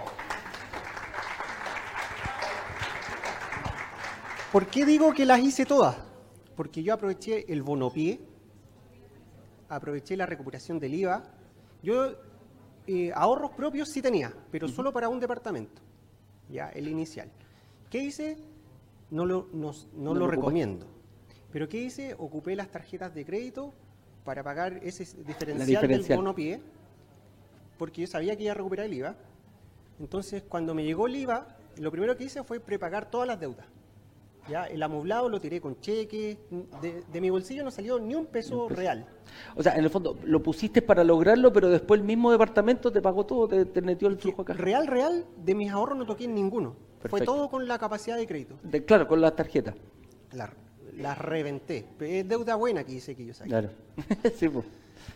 ¿por qué digo que las hice todas? Porque yo aproveché el bonopié, aproveché la recuperación del I V A. Yo eh, ahorros propios sí tenía, pero solo para un departamento, ya, el inicial. ¿Qué hice? No lo, no, no No lo lo recomiendo. Pero ¿qué hice? Ocupé las tarjetas de crédito para pagar ese diferencial, diferencial. del bonopié, porque yo sabía que iba a recuperar el I V A. Entonces, cuando me llegó el I V A, lo primero que hice fue prepagar todas las deudas. Ya, el amoblado lo tiré con cheque, de, de mi bolsillo no salió ni un peso, Un peso. real. O sea, en el fondo, lo pusiste para lograrlo, pero después el mismo departamento te pagó todo, te, te metió el flujo acá. Real, real, de mis ahorros no toqué ninguno. Fue Perfecto. todo con la capacidad de crédito. De- claro, con las tarjetas. La, la reventé. Es deuda buena que dice que yo saqué. Claro. Sí, pues.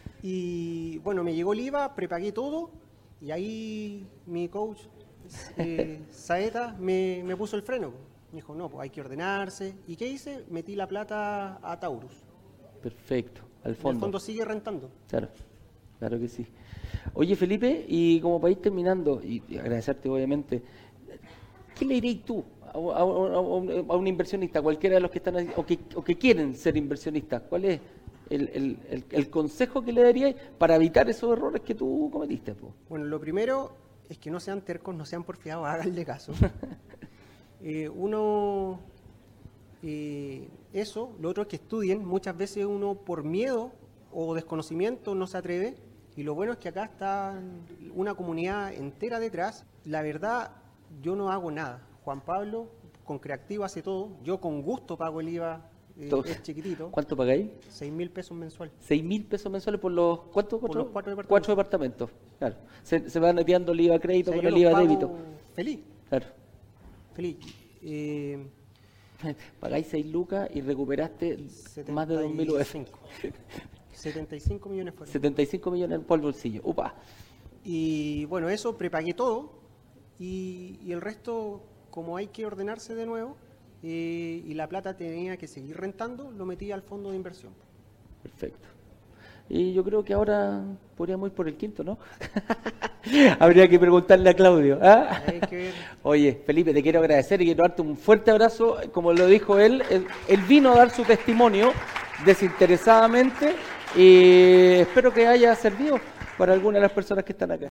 Y bueno, me llegó el I V A, prepagué todo y ahí mi coach, eh, Saeta, me, me puso el freno. Me dijo, no, pues hay que ordenarse. ¿Y qué hice? Metí la plata a Taurus. Perfecto, al El fondo. fondo sigue rentando. Claro, claro que sí. Oye, Felipe, y como para ir terminando, y y agradecerte obviamente, ¿qué le diréis tú a, a- a- a un a un inversionista, cualquiera de los que están ahí, o que, o que quieren ser inversionistas? ¿Cuál es el, el- el- el consejo que le daríais para evitar esos errores que tú cometiste, po? Bueno, lo primero es que no sean tercos, no sean porfiados, háganle caso. Eh, uno, eh, eso, lo otro es que estudien. Muchas veces uno por miedo o desconocimiento no se atreve. Y lo bueno es que acá está una comunidad entera detrás. La verdad, yo no hago nada. Juan Pablo con Creativo hace todo. Yo con gusto pago el I V A, eh, Todo. es chiquitito, ¿Cuánto pagáis? seis mil pesos mensual. Seis mil pesos mensuales por los, ¿cuántos? Por cuatro? los cuatro departamentos. Cuatro departamentos, claro. Se, se va neteando el I V A crédito O sea, con yo el I V A los pago débito. Feliz, Claro. feliz. Eh, Pagáis seis lucas y recuperaste más de dos mil U F. setenta y cinco. setenta y cinco millones fueron. setenta y cinco millones por el bolsillo. Upa. Y bueno, eso, prepagué todo y, y el resto, como hay que ordenarse de nuevo eh, y la plata tenía que seguir rentando, lo metí al fondo de inversión. Perfecto. Y yo creo que ahora podríamos ir por el quinto, ¿no? Habría que preguntarle a Claudio. ¿Ah? Hay que ver. Oye, Felipe, te quiero agradecer y quiero darte un fuerte abrazo. Como lo dijo él, él, él vino a dar su testimonio desinteresadamente y espero que haya servido para algunas de las personas que están acá.